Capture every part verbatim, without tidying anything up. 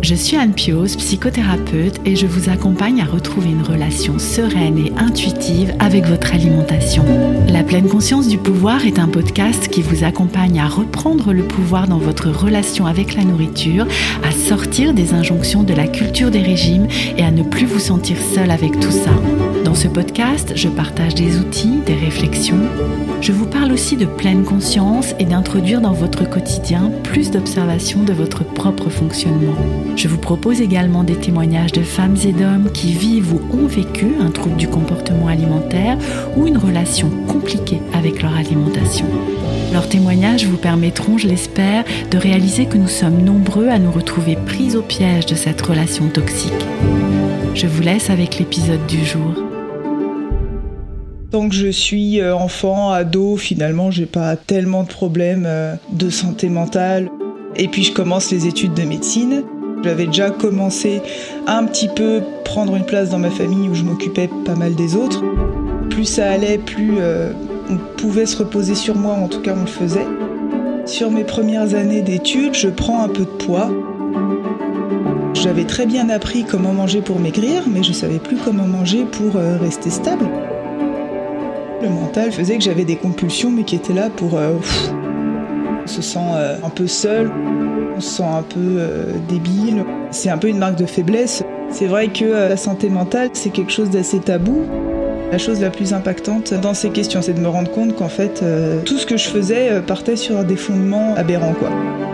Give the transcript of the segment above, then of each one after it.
Je suis Anne Pioz, psychothérapeute, et je vous accompagne à retrouver une relation sereine et intuitive avec votre alimentation. La pleine conscience du pouvoir est un podcast qui vous accompagne à reprendre le pouvoir dans votre relation avec la nourriture, à sortir des injonctions de la culture des régimes et à ne plus vous sentir seul avec tout ça. Dans ce podcast, je partage des outils, des réflexions. Je vous parle aussi de pleine conscience et d'introduire dans votre quotidien plus d'observation de votre propre fonctionnement. Je vous propose également des témoignages de femmes et d'hommes qui vivent ou ont vécu un trouble du comportement alimentaire ou une relation compliquée avec leur alimentation. Leurs témoignages vous permettront, je l'espère, de réaliser que nous sommes nombreux à nous retrouver pris au piège de cette relation toxique. Je vous laisse avec l'épisode du jour. Tant que je suis enfant, ado, finalement, j'ai pas tellement de problèmes de santé mentale. Et puis je commence les études de médecine. J'avais déjà commencé à un petit peu prendre une place dans ma famille où je m'occupais pas mal des autres. Plus ça allait, plus euh, on pouvait se reposer sur moi, en tout cas on le faisait. Sur mes premières années d'études, je prends un peu de poids. J'avais très bien appris comment manger pour maigrir, mais je savais plus comment manger pour euh, rester stable. Le mental faisait que j'avais des compulsions, mais qui étaient là pour... Euh, pff, on se sent euh, un peu seul, on se sent un peu euh, débile. C'est un peu une marque de faiblesse. C'est vrai que euh, la santé mentale, c'est quelque chose d'assez tabou. La chose la plus impactante dans ces questions, c'est de me rendre compte qu'en fait, euh, tout ce que je faisais euh, partait sur des fondements aberrants, quoi.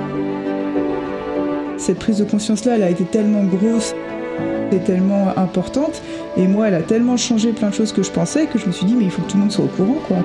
Cette prise de conscience-là, elle a été tellement grosse, et tellement importante, et moi, elle a tellement changé plein de choses que je pensais que je me suis dit, mais il faut que tout le monde soit au courant, quoi.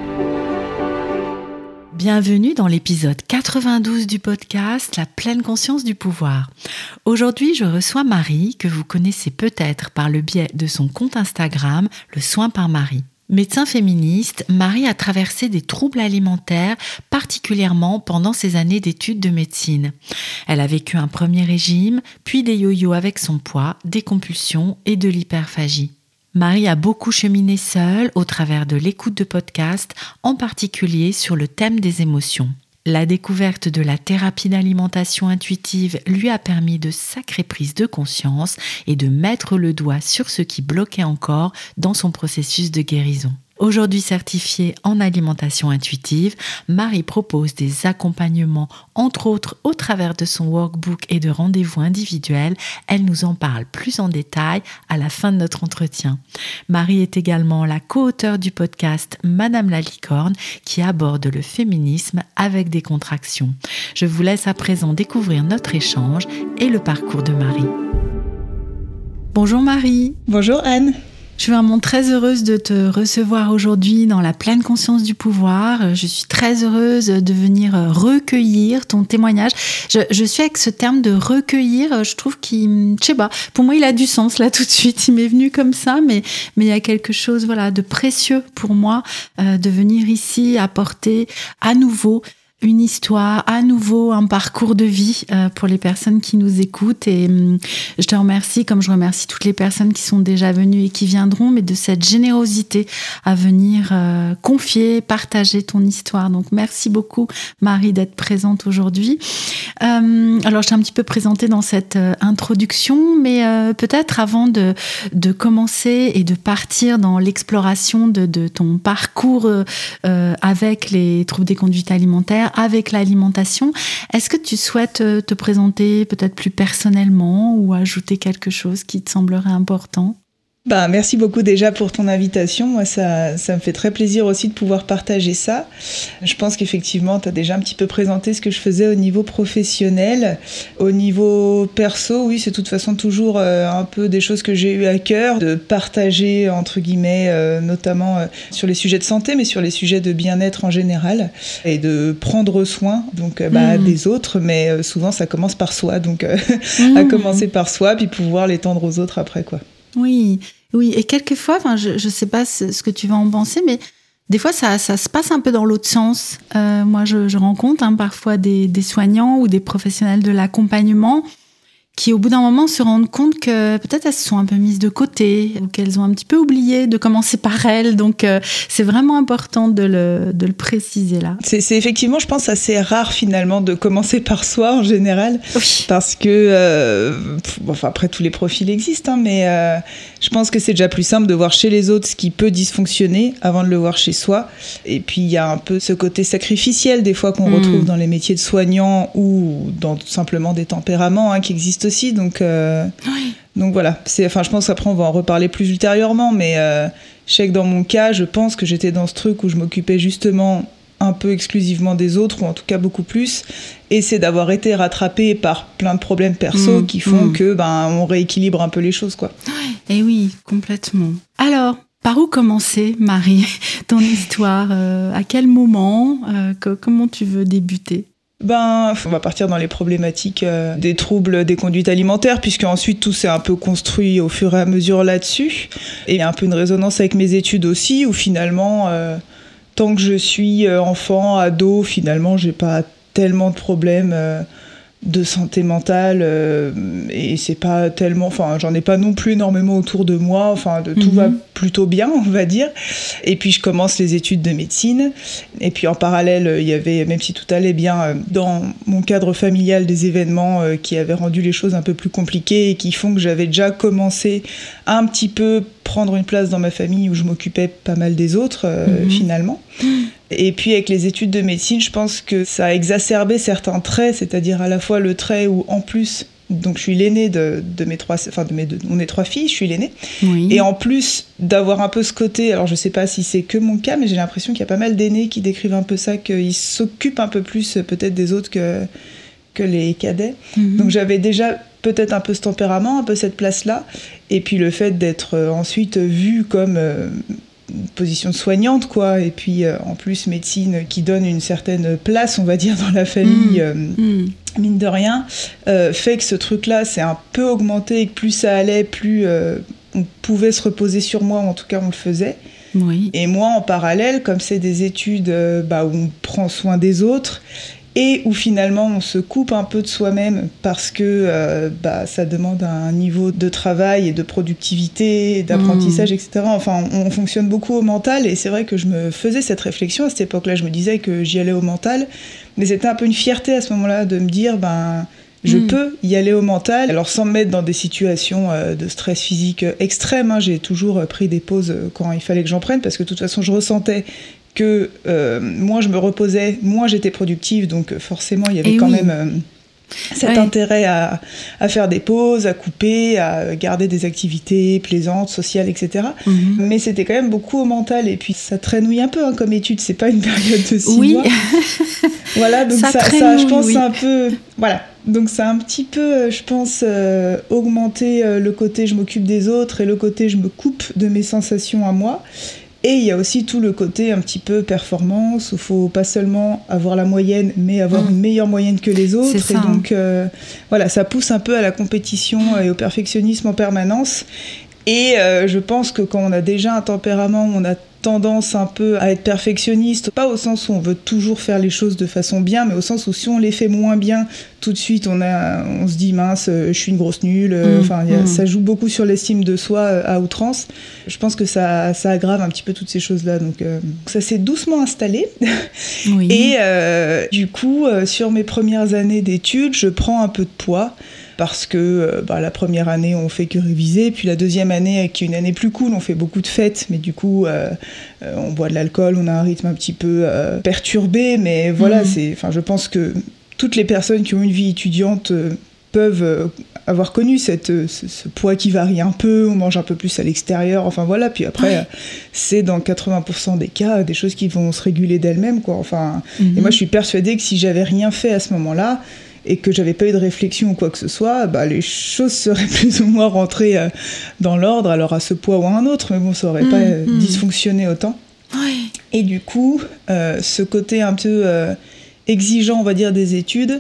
Bienvenue dans l'épisode quatre-vingt-douze du podcast La pleine conscience du pouvoir. Aujourd'hui, je reçois Marie, que vous connaissez peut-être par le biais de son compte Instagram, Le Soin par Marie. Médecin féministe, Marie a traversé des troubles alimentaires, particulièrement pendant ses années d'études de médecine. Elle a vécu un premier régime, puis des yo-yo avec son poids, des compulsions et de l'hyperphagie. Marie a beaucoup cheminé seule au travers de l'écoute de podcasts, en particulier sur le thème des émotions. La découverte de la thérapie d'alimentation intuitive lui a permis de sacrées prises de conscience et de mettre le doigt sur ce qui bloquait encore dans son processus de guérison. Aujourd'hui certifiée en alimentation intuitive, Marie propose des accompagnements, entre autres au travers de son workbook et de rendez-vous individuels. Elle nous en parle plus en détail à la fin de notre entretien. Marie est également la co-auteure du podcast Madame la Licorne qui aborde le féminisme avec des contractions. Je vous laisse à présent découvrir notre échange et le parcours de Marie. Bonjour Marie. Bonjour Anne. Je suis vraiment très heureuse de te recevoir aujourd'hui dans la pleine conscience du pouvoir. Je suis très heureuse de venir recueillir ton témoignage. Je, je suis avec ce terme de recueillir, je trouve qu'il, je sais pas, pour moi il a du sens là tout de suite. Il m'est venu comme ça, mais mais il y a quelque chose voilà de précieux pour moi euh, de venir ici apporter à nouveau une histoire, à nouveau un parcours de vie euh, pour les personnes qui nous écoutent. Et hum, je te remercie, comme je remercie toutes les personnes qui sont déjà venues et qui viendront, mais de cette générosité à venir euh, confier, partager ton histoire. Donc merci beaucoup Marie d'être présente aujourd'hui. Euh, alors je t'ai un petit peu présentée dans cette euh, introduction, mais euh, peut-être avant de, de commencer et de partir dans l'exploration de, de ton parcours euh, avec les troubles des conduites alimentaires, avec l'alimentation. Est-ce que tu souhaites te présenter peut-être plus personnellement ou ajouter quelque chose qui te semblerait important ? Bah, merci beaucoup déjà pour ton invitation. Moi, ça, ça me fait très plaisir aussi de pouvoir partager ça. Je pense qu'effectivement, tu as déjà un petit peu présenté ce que je faisais au niveau professionnel. Au niveau perso, oui, c'est de toute façon toujours euh, un peu des choses que j'ai eu à cœur de partager, entre guillemets, euh, notamment euh, sur les sujets de santé, mais sur les sujets de bien-être en général, et de prendre soin donc, euh, bah, mmh. des autres, mais euh, souvent ça commence par soi, donc euh, mmh. à commencer par soi, puis pouvoir l'étendre aux autres après, quoi. Oui, oui, et quelquefois, enfin, je ne sais pas ce que tu vas en penser, mais des fois, ça, ça se passe un peu dans l'autre sens. Euh, moi, je, je rencontre hein, parfois des, des soignants ou des professionnels de l'accompagnement qui au bout d'un moment se rendent compte que peut-être elles se sont un peu mises de côté ou qu'elles ont un petit peu oublié de commencer par elles. Donc euh, c'est vraiment important de le, de le préciser là. C'est, c'est effectivement, je pense, assez rare finalement de commencer par soi en général, oui. parce que, euh, bon, enfin après tous les profils existent, hein, mais euh, je pense que c'est déjà plus simple de voir chez les autres ce qui peut dysfonctionner avant de le voir chez soi. Et puis il y a un peu ce côté sacrificiel des fois qu'on mmh. retrouve dans les métiers de soignants ou dans tout simplement des tempéraments hein, qui existent aussi. Donc, euh, oui. donc voilà. C'est, enfin, je pense qu'après on va en reparler plus ultérieurement, mais euh, je sais que dans mon cas, je pense que j'étais dans ce truc où je m'occupais justement un peu exclusivement des autres, ou en tout cas beaucoup plus, et c'est d'avoir été rattrapée par plein de problèmes perso mmh, qui font mmh. que ben on rééquilibre un peu les choses, quoi. Et oui, complètement. Alors, par où commencer, Marie, ton histoire euh, à quel moment euh, que, comment tu veux débuter? Ben, on va partir dans les problématiques euh, des troubles des conduites alimentaires, puisque ensuite tout s'est un peu construit au fur et à mesure là-dessus. Et il y a un peu une résonance avec mes études aussi, où finalement, euh, tant que je suis enfant, ado, finalement, j'ai pas tellement de problèmes euh, de santé mentale, euh, et c'est pas tellement, enfin, j'en ai pas non plus énormément autour de moi, enfin, de, tout mm-hmm. va plutôt bien, on va dire. Et puis je commence les études de médecine, et puis en parallèle, il y avait, même si tout allait bien, dans mon cadre familial, des événements euh, qui avaient rendu les choses un peu plus compliquées et qui font que j'avais déjà commencé à un petit peu prendre une place dans ma famille où je m'occupais pas mal des autres, euh, mm-hmm. finalement. Et puis avec les études de médecine, je pense que ça a exacerbé certains traits, c'est-à-dire à la fois le trait où en plus, donc je suis l'aînée de, de mes trois, enfin de mes deux, on est trois filles, je suis l'aînée, oui. Et en plus d'avoir un peu ce côté, alors je sais pas si c'est que mon cas, mais j'ai l'impression qu'il y a pas mal d'aînés qui décrivent un peu ça, qu'ils s'occupent un peu plus peut-être des autres que que les cadets. Mm-hmm. Donc j'avais déjà peut-être un peu ce tempérament, un peu cette place-là, et puis le fait d'être ensuite vue comme euh, une position de soignante, quoi, et puis euh, en plus médecine qui donne une certaine place, on va dire, dans la famille, mmh. Euh, mmh. mine de rien, euh, fait que ce truc-là s'est un peu augmenté, et que plus ça allait, plus euh, on pouvait se reposer sur moi, ou en tout cas on le faisait. Oui. Et moi, en parallèle, comme c'est des études euh, bah, où on prend soin des autres, et où finalement on se coupe un peu de soi-même parce que euh, bah, ça demande un niveau de travail et de productivité, d'apprentissage, mmh. et cetera. Enfin, on, on fonctionne beaucoup au mental, et c'est vrai que je me faisais cette réflexion à cette époque-là. Je me disais que j'y allais au mental, mais c'était un peu une fierté à ce moment-là de me dire, ben, je mmh. peux y aller au mental, alors sans me mettre dans des situations euh, de stress physique extrême. Hein. J'ai toujours pris des pauses quand il fallait que j'en prenne, parce que de toute façon, je ressentais que euh, moins je me reposais, moins j'étais productive, donc forcément il y avait Et quand oui. même euh, cet ouais. intérêt à, à faire des pauses, à couper, à garder des activités plaisantes, sociales, et cetera. Mm-hmm. Mais c'était quand même beaucoup au mental, et puis ça traînouille un peu hein, comme étude, c'est pas une période de six oui. mois. Voilà, donc ça, ça, ça je pense, oui. c'est un peu... Voilà. Donc ça a un petit peu, je pense, euh, augmenté euh, le côté je m'occupe des autres et le côté je me coupe de mes sensations à moi. Et il y a aussi tout le côté un petit peu performance, où il ne faut pas seulement avoir la moyenne, mais avoir mmh. une meilleure moyenne que les autres. C'est et ça. donc, euh, voilà, ça pousse un peu à la compétition et au perfectionnisme en permanence. Et euh, je pense que quand on a déjà un tempérament, on a tendance un peu à être perfectionniste, pas au sens où on veut toujours faire les choses de façon bien, mais au sens où si on les fait moins bien, tout de suite on, a, on se dit mince, je suis une grosse nulle, mmh, enfin, y a, mmh. ça joue beaucoup sur l'estime de soi à outrance. Je pense que ça, ça aggrave un petit peu toutes ces choses-là, donc euh, ça s'est doucement installé. Oui. Et euh, du coup, euh, sur mes premières années d'études, je prends un peu de poids, parce que euh, bah, la première année, on fait que réviser, puis la deuxième année, qui est une année plus cool, on fait beaucoup de fêtes, mais du coup, euh, euh, on boit de l'alcool, on a un rythme un petit peu euh, perturbé, mais voilà, mmh. c'est, enfin, je pense que toutes les personnes qui ont une vie étudiante euh, peuvent euh, avoir connu cette, euh, ce, ce poids qui varie un peu, on mange un peu plus à l'extérieur, enfin voilà, puis après, ouais. euh, c'est dans quatre-vingts pour cent des cas, des choses qui vont se réguler d'elles-mêmes, quoi, enfin, mmh. et moi, je suis persuadée que si j'avais rien fait à ce moment-là, et que j'avais pas eu de réflexion ou quoi que ce soit, bah, les choses seraient plus ou moins rentrées euh, dans l'ordre, alors à ce poids ou à un autre, mais bon, ça aurait mmh, pas euh, mmh. dysfonctionné autant. Oui. Et du coup, euh, ce côté un peu euh, exigeant, on va dire, des études,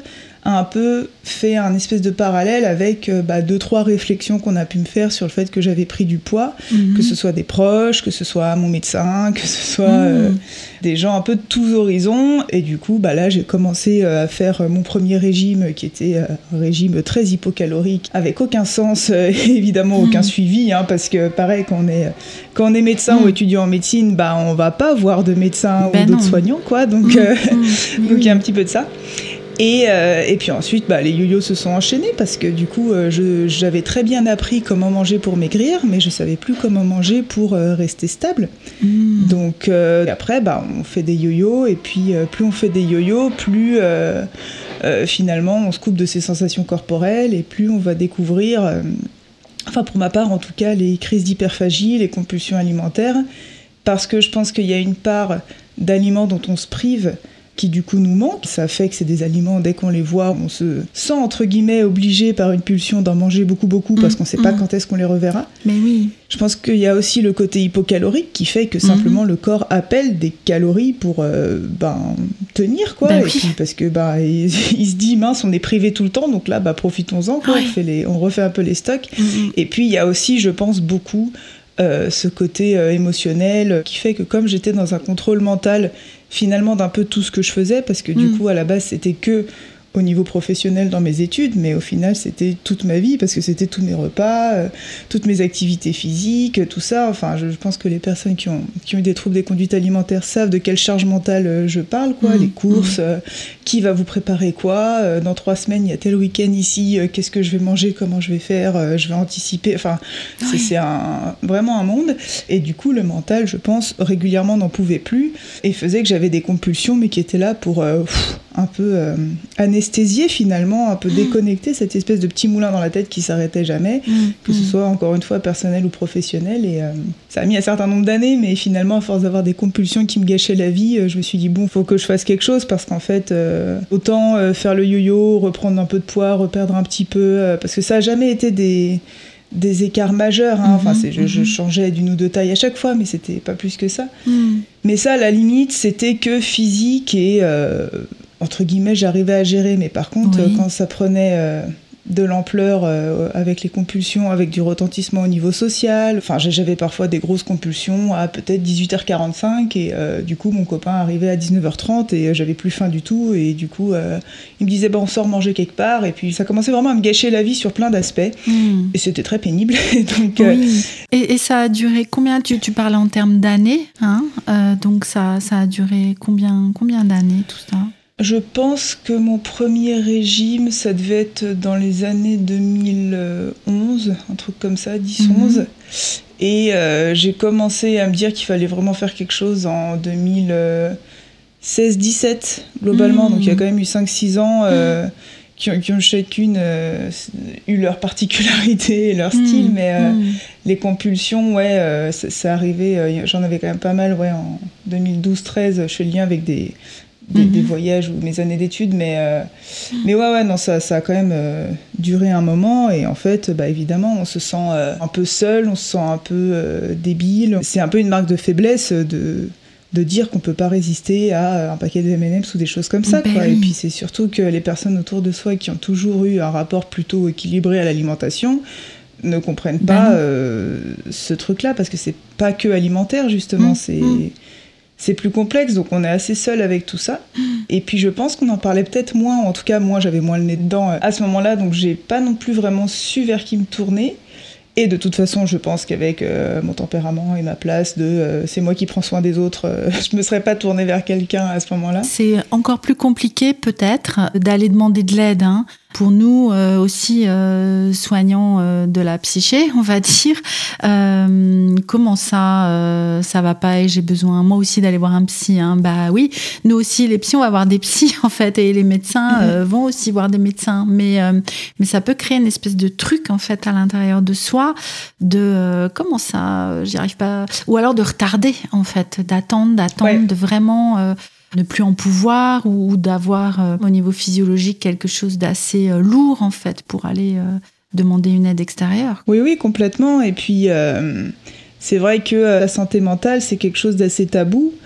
a un peu fait un espèce de parallèle avec euh, bah, deux, trois réflexions qu'on a pu me faire sur le fait que j'avais pris du poids, mmh. que ce soit des proches, que ce soit mon médecin, que ce soit mmh. euh, des gens un peu de tous horizons. Et du coup, bah, là, j'ai commencé euh, à faire mon premier régime qui était euh, un régime très hypocalorique, avec aucun sens, euh, évidemment aucun mmh. suivi, hein, parce que pareil, quand on est, quand on est médecin mmh. ou étudiant en médecine, bah, on va pas voir de médecin ben ou d'autres non. soignants, quoi. Donc, mmh. euh, mmh. donc il y a un petit peu de ça. Et, euh, et puis ensuite, bah, les yo-yo se sont enchaînés parce que du coup, euh, je, j'avais très bien appris comment manger pour maigrir, mais je savais plus comment manger pour euh, rester stable. Mmh. Donc euh, après, bah, on fait des yo-yo, et puis euh, plus on fait des yo-yo, plus euh, euh, finalement on se coupe de ses sensations corporelles, et plus on va découvrir, euh, enfin pour ma part en tout cas, les crises d'hyperphagie, les compulsions alimentaires, parce que je pense qu'il y a une part d'aliments dont on se prive, qui du coup nous manque. Ça fait que c'est des aliments, dès qu'on les voit, on se sent entre guillemets obligé par une pulsion d'en manger beaucoup beaucoup parce qu'on ne sait mmh. pas quand est-ce qu'on les reverra. Mais oui. Je pense qu'il y a aussi le côté hypocalorique qui fait que simplement mmh. le corps appelle des calories pour euh, ben, tenir quoi. Ben et oui. puis parce que ben, il, il se dit mince, on est privé tout le temps, donc là bah, profitons-en quoi. Ouais. On, fait les, on refait un peu les stocks. Mmh. Et puis il y a aussi, je pense, beaucoup euh, ce côté euh, émotionnel qui fait que comme j'étais dans un contrôle mental finalement d'un peu tout ce que je faisais, parce que du mmh. coup à la base c'était que au niveau professionnel dans mes études, mais au final c'était toute ma vie, parce que c'était tous mes repas, euh, toutes mes activités physiques, tout ça. Enfin, je, je pense que les personnes qui ont, qui ont eu des troubles des conduites alimentaires savent de quelle charge mentale euh, je parle, quoi. Mmh. Les courses, mmh. euh, qui va vous préparer quoi, euh, dans trois semaines il y a tel week-end ici, euh, qu'est-ce que je vais manger, comment je vais faire, euh, je vais anticiper, enfin c'est, oui. c'est un, vraiment un monde. Et du coup le mental, je pense, régulièrement n'en pouvait plus, et faisait que j'avais des compulsions, mais qui étaient là pour euh, pff, un peu euh, anesthésier finalement, un peu mmh. déconnecter cette espèce de petit moulin dans la tête qui s'arrêtait jamais, mmh. que ce soit encore une fois personnel ou professionnel. Et euh, ça a mis un certain nombre d'années, mais finalement à force d'avoir des compulsions qui me gâchaient la vie, euh, je me suis dit bon, faut que je fasse quelque chose, parce qu'en fait euh, autant euh, faire le yo-yo, reprendre un peu de poids, reperdre un petit peu, euh, parce que ça a jamais été des des écarts majeurs, hein. Enfin, c'est, je, je changeais d'une ou deux tailles à chaque fois, mais c'était pas plus que ça. Mmh. Mais ça, à la limite, c'était que physique et euh, entre guillemets, j'arrivais à gérer. Mais par contre, oui. quand ça prenait euh, de l'ampleur euh, avec les compulsions, avec du retentissement au niveau social, enfin, j'avais parfois des grosses compulsions à peut-être dix-huit heures quarante-cinq, et euh, du coup, mon copain arrivait à dix-neuf heures trente et euh, j'avais plus faim du tout. Et du coup, euh, il me disait, bah, on sort manger quelque part. Et puis, ça commençait vraiment à me gâcher la vie sur plein d'aspects. Mmh. Et c'était très pénible. Donc, oui. euh, et, et ça a duré combien? Tu, tu parlais en termes d'années, hein, euh, donc ça, ça a duré combien, combien d'années, tout ça? Je pense que mon premier régime, ça devait être dans les années deux mille onze, un truc comme ça, dix onze. Mmh. Et euh, j'ai commencé à me dire qu'il fallait vraiment faire quelque chose en deux mille seize dix-sept, globalement. Mmh. Donc il y a quand même eu cinq six ans euh, mmh. qui, ont, qui ont chacune euh, eu leur particularité et leur mmh. style. Mais euh, mmh. les compulsions, ouais, euh, ça, ça arrivait, euh, j'en avais quand même pas mal, ouais, en deux mille douze treize. Je fais le lien avec des... Des, mmh. des voyages ou mes années d'études, mais, euh, mmh. mais ouais, ouais, non, ça, ça a quand même euh, duré un moment, et en fait, bah, évidemment, on se sent euh, un peu seul, on se sent un peu euh, débile. C'est un peu une marque de faiblesse de, de dire qu'on peut pas résister à un paquet de M and M's ou des choses comme ça, ben quoi. Oui. Et puis c'est surtout que les personnes autour de soi qui ont toujours eu un rapport plutôt équilibré à l'alimentation ne comprennent ben pas euh, ce truc-là, parce que c'est pas que alimentaire, justement, mmh. c'est... Mmh. C'est plus complexe, donc on est assez seul avec tout ça. Et puis je pense qu'on en parlait peut-être moins, ou en tout cas moi j'avais moins le nez dedans à ce moment-là, donc j'ai pas non plus vraiment su vers qui me tourner. Et de toute façon, je pense qu'avec euh, mon tempérament et ma place de euh, c'est moi qui prends soin des autres, euh, je me serais pas tournée vers quelqu'un à ce moment-là. C'est encore plus compliqué peut-être d'aller demander de l'aide, hein. Pour nous euh, aussi euh, soignants euh, de la psyché, on va dire, euh, comment ça, euh, ça va pas et j'ai besoin moi aussi d'aller voir un psy, hein. Bah oui, nous aussi les psys, on va voir des psys en fait, et les médecins euh, vont aussi voir des médecins, mais euh, mais ça peut créer une espèce de truc en fait à l'intérieur de soi, de euh, comment ça, j'y arrive pas, ou alors de retarder en fait, d'attendre, d'attendre, ouais. de vraiment euh, ne plus en pouvoir, ou d'avoir euh, au niveau physiologique quelque chose d'assez euh, lourd en fait pour aller euh, demander une aide extérieure. Oui, oui, complètement. Et puis euh, c'est vrai que euh, la santé mentale, c'est quelque chose d'assez tabou.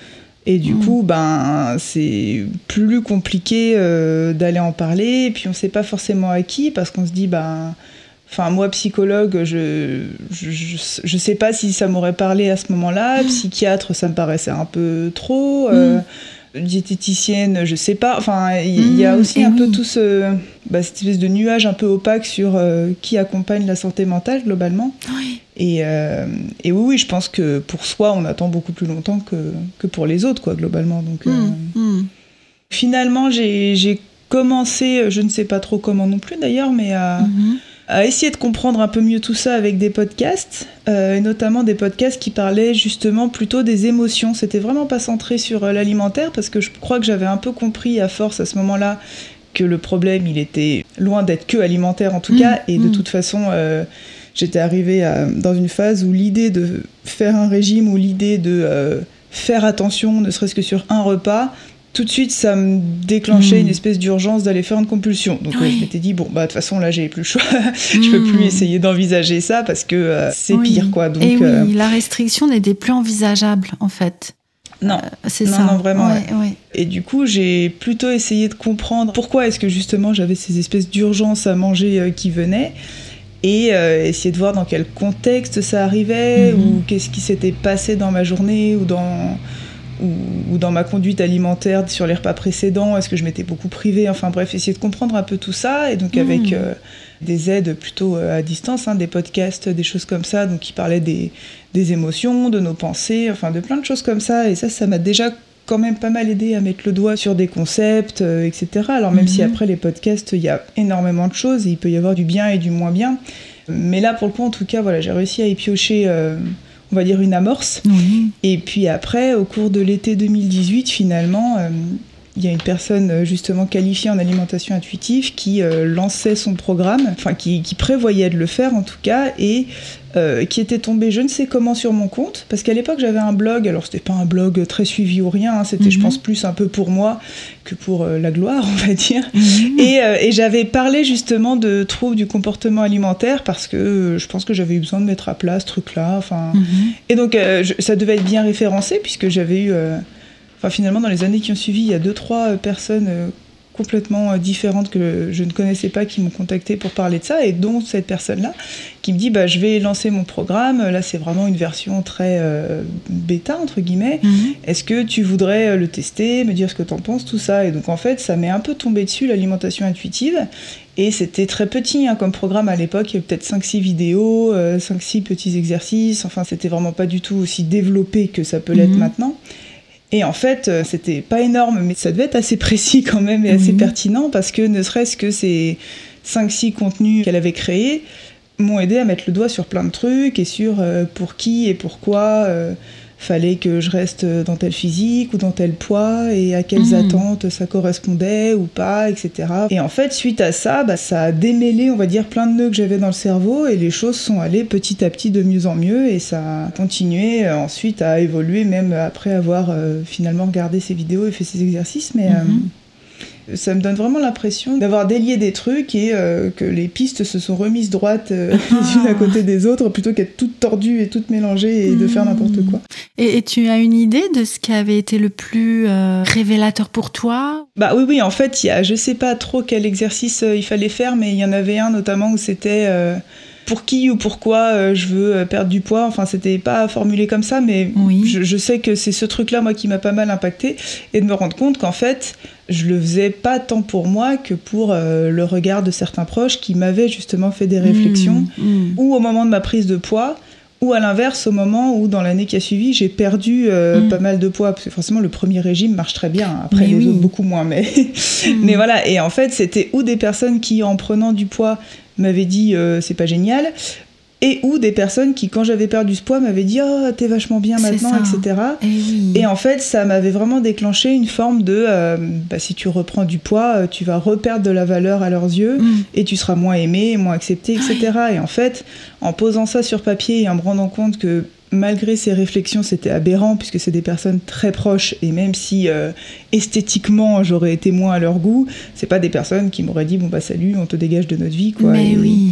Et du Mmh. coup, ben, c'est plus compliqué euh, d'aller en parler. Et puis, on ne sait pas forcément à qui, parce qu'on se dit, ben, enfin, moi, psychologue, je, je, je, je sais pas si ça m'aurait parlé à ce moment-là. Mmh. Psychiatre, ça me paraissait un peu trop. Euh, mmh. Diététicienne, je sais pas. Enfin, il y, mmh, y a aussi un oui. peu tout ce, bah, cette espèce de nuage un peu opaque sur euh, qui accompagne la santé mentale globalement. Oui. Et, euh, et oui, oui, je pense que pour soi, on attend beaucoup plus longtemps que, que pour les autres, quoi, globalement. Donc, mmh, euh, mmh. Finalement, j'ai, j'ai commencé, je ne sais pas trop comment non plus d'ailleurs, mais à, mmh. à essayer de comprendre un peu mieux tout ça avec des podcasts, euh, et notamment des podcasts qui parlaient justement plutôt des émotions. C'était vraiment pas centré sur euh, l'alimentaire, parce que je crois que j'avais un peu compris à force à ce moment-là que le problème, il était loin d'être que alimentaire en tout mmh. cas, et de mmh. toute façon... Euh, J'étais arrivée à, dans une phase où l'idée de faire un régime ou l'idée de euh, faire attention, ne serait-ce que sur un repas, tout de suite, ça me déclenchait mmh. une espèce d'urgence d'aller faire une compulsion. Donc oui. euh, je m'étais dit, bon, bah de toute façon, là, j'ai plus le choix. Je peux plus essayer d'envisager ça parce que euh, c'est oui. pire, quoi. Donc, Et oui, euh... la restriction n'était plus envisageable, en fait. Non, euh, c'est non, ça. non, vraiment. Ouais, ouais. Ouais. Et du coup, j'ai plutôt essayé de comprendre pourquoi est-ce que justement j'avais ces espèces d'urgences à manger euh, qui venaient. Et euh, essayer de voir dans quel contexte ça arrivait, mmh. ou qu'est-ce qui s'était passé dans ma journée, ou dans, ou, ou dans ma conduite alimentaire sur les repas précédents, est-ce que je m'étais beaucoup privée, enfin bref, essayer de comprendre un peu tout ça, et donc mmh. avec euh, des aides plutôt euh, à distance, hein, des podcasts, des choses comme ça, donc qui parlaient des, des émotions, de nos pensées, enfin de plein de choses comme ça, et ça, ça m'a déjà quand même pas mal aidé à mettre le doigt sur des concepts, euh, et cetera. Alors même mmh. si après les podcasts, il y a énormément de choses, et il peut y avoir du bien et du moins bien. Mais là, pour le coup, en tout cas, voilà, j'ai réussi à y piocher, euh, on va dire, une amorce. Mmh. Et puis après, au cours de l'été deux mille dix-huit, finalement, euh, il y a une personne justement qualifiée en alimentation intuitive qui euh, lançait son programme, enfin qui, qui prévoyait de le faire en tout cas, et euh, qui était tombée je ne sais comment sur mon compte, parce qu'à l'époque j'avais un blog, alors c'était pas un blog très suivi ou rien, hein, c'était mm-hmm. je pense plus un peu pour moi que pour euh, la gloire, on va dire, mm-hmm. et, euh, et j'avais parlé justement de troubles du comportement alimentaire, parce que euh, je pense que j'avais eu besoin de mettre à plat ce truc-là, enfin, mm-hmm. et donc euh, je, ça devait être bien référencé, puisque j'avais eu... Euh, Enfin, finalement, dans les années qui ont suivi, il y a deux, trois personnes euh, complètement euh, différentes que je ne connaissais pas qui m'ont contactée pour parler de ça, et dont cette personne-là qui me dit bah, « je vais lancer mon programme, là c'est vraiment une version très euh, bêta, entre guillemets, mm-hmm. est-ce que tu voudrais le tester, me dire ce que t'en penses, tout ça ?» Et donc en fait, ça m'est un peu tombé dessus, l'alimentation intuitive, et c'était très petit hein, comme programme à l'époque, il y avait peut-être cinq six vidéos, euh, cinq six petits exercices, enfin c'était vraiment pas du tout aussi développé que ça peut l'être mm-hmm. maintenant. Et en fait, c'était pas énorme, mais ça devait être assez précis quand même et assez mmh. pertinent, parce que ne serait-ce que ces cinq six contenus qu'elle avait créés m'ont aidé à mettre le doigt sur plein de trucs, et sur euh, pour qui et pourquoi euh, fallait que je reste dans tel physique ou dans tel poids, et à quelles mmh. attentes ça correspondait ou pas, et cetera. Et en fait, suite à ça, bah, ça a démêlé, on va dire, plein de nœuds que j'avais dans le cerveau, et les choses sont allées petit à petit de mieux en mieux, et ça a continué euh, ensuite à évoluer, même après avoir euh, finalement regardé ces vidéos et fait ces exercices, mais... Mmh. Euh, ça me donne vraiment l'impression d'avoir délié des trucs, et euh, que les pistes se sont remises droites euh, ah. les unes à côté des autres, plutôt qu'être toutes tordues et toutes mélangées et mmh. de faire n'importe quoi. Et, et tu as une idée de ce qui avait été le plus euh, révélateur pour toi ? Bah oui, oui, en fait, il y a, je sais pas trop quel exercice euh, il fallait faire, mais il y en avait un notamment où c'était... Euh, pour qui ou pourquoi euh, je veux euh, perdre du poids, enfin c'était pas formulé comme ça, mais oui. je, je sais que c'est ce truc-là moi qui m'a pas mal impacté, et de me rendre compte qu'en fait je le faisais pas tant pour moi que pour euh, le regard de certains proches qui m'avaient justement fait des réflexions, mmh, mmh. ou au moment de ma prise de poids, ou à l'inverse au moment où dans l'année qui a suivi j'ai perdu euh, mmh. pas mal de poids, parce que forcément le premier régime marche très bien, après mais les oui. autres beaucoup moins, mais... mmh. mais voilà, et en fait c'était ou des personnes qui en prenant du poids m'avaient dit euh, c'est pas génial, et ou des personnes qui quand j'avais perdu ce poids m'avaient dit oh t'es vachement bien maintenant, et cetera. Et, oui. et en fait ça m'avait vraiment déclenché une forme de euh, bah, si tu reprends du poids tu vas reperdre de la valeur à leurs yeux, mm. et tu seras moins aimé, moins accepté, et cetera. Oui. Et en fait en posant ça sur papier et en me rendant compte que malgré ces réflexions, c'était aberrant, puisque c'est des personnes très proches, et même si euh, esthétiquement j'aurais été moins à leur goût, c'est pas des personnes qui m'auraient dit bon bah salut, on te dégage de notre vie, quoi. Mais et, oui.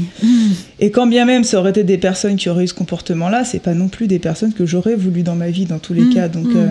Et quand bien même ça aurait été des personnes qui auraient eu ce comportement-là, c'est pas non plus des personnes que j'aurais voulu dans ma vie dans tous les mmh, cas. Donc mmh. euh,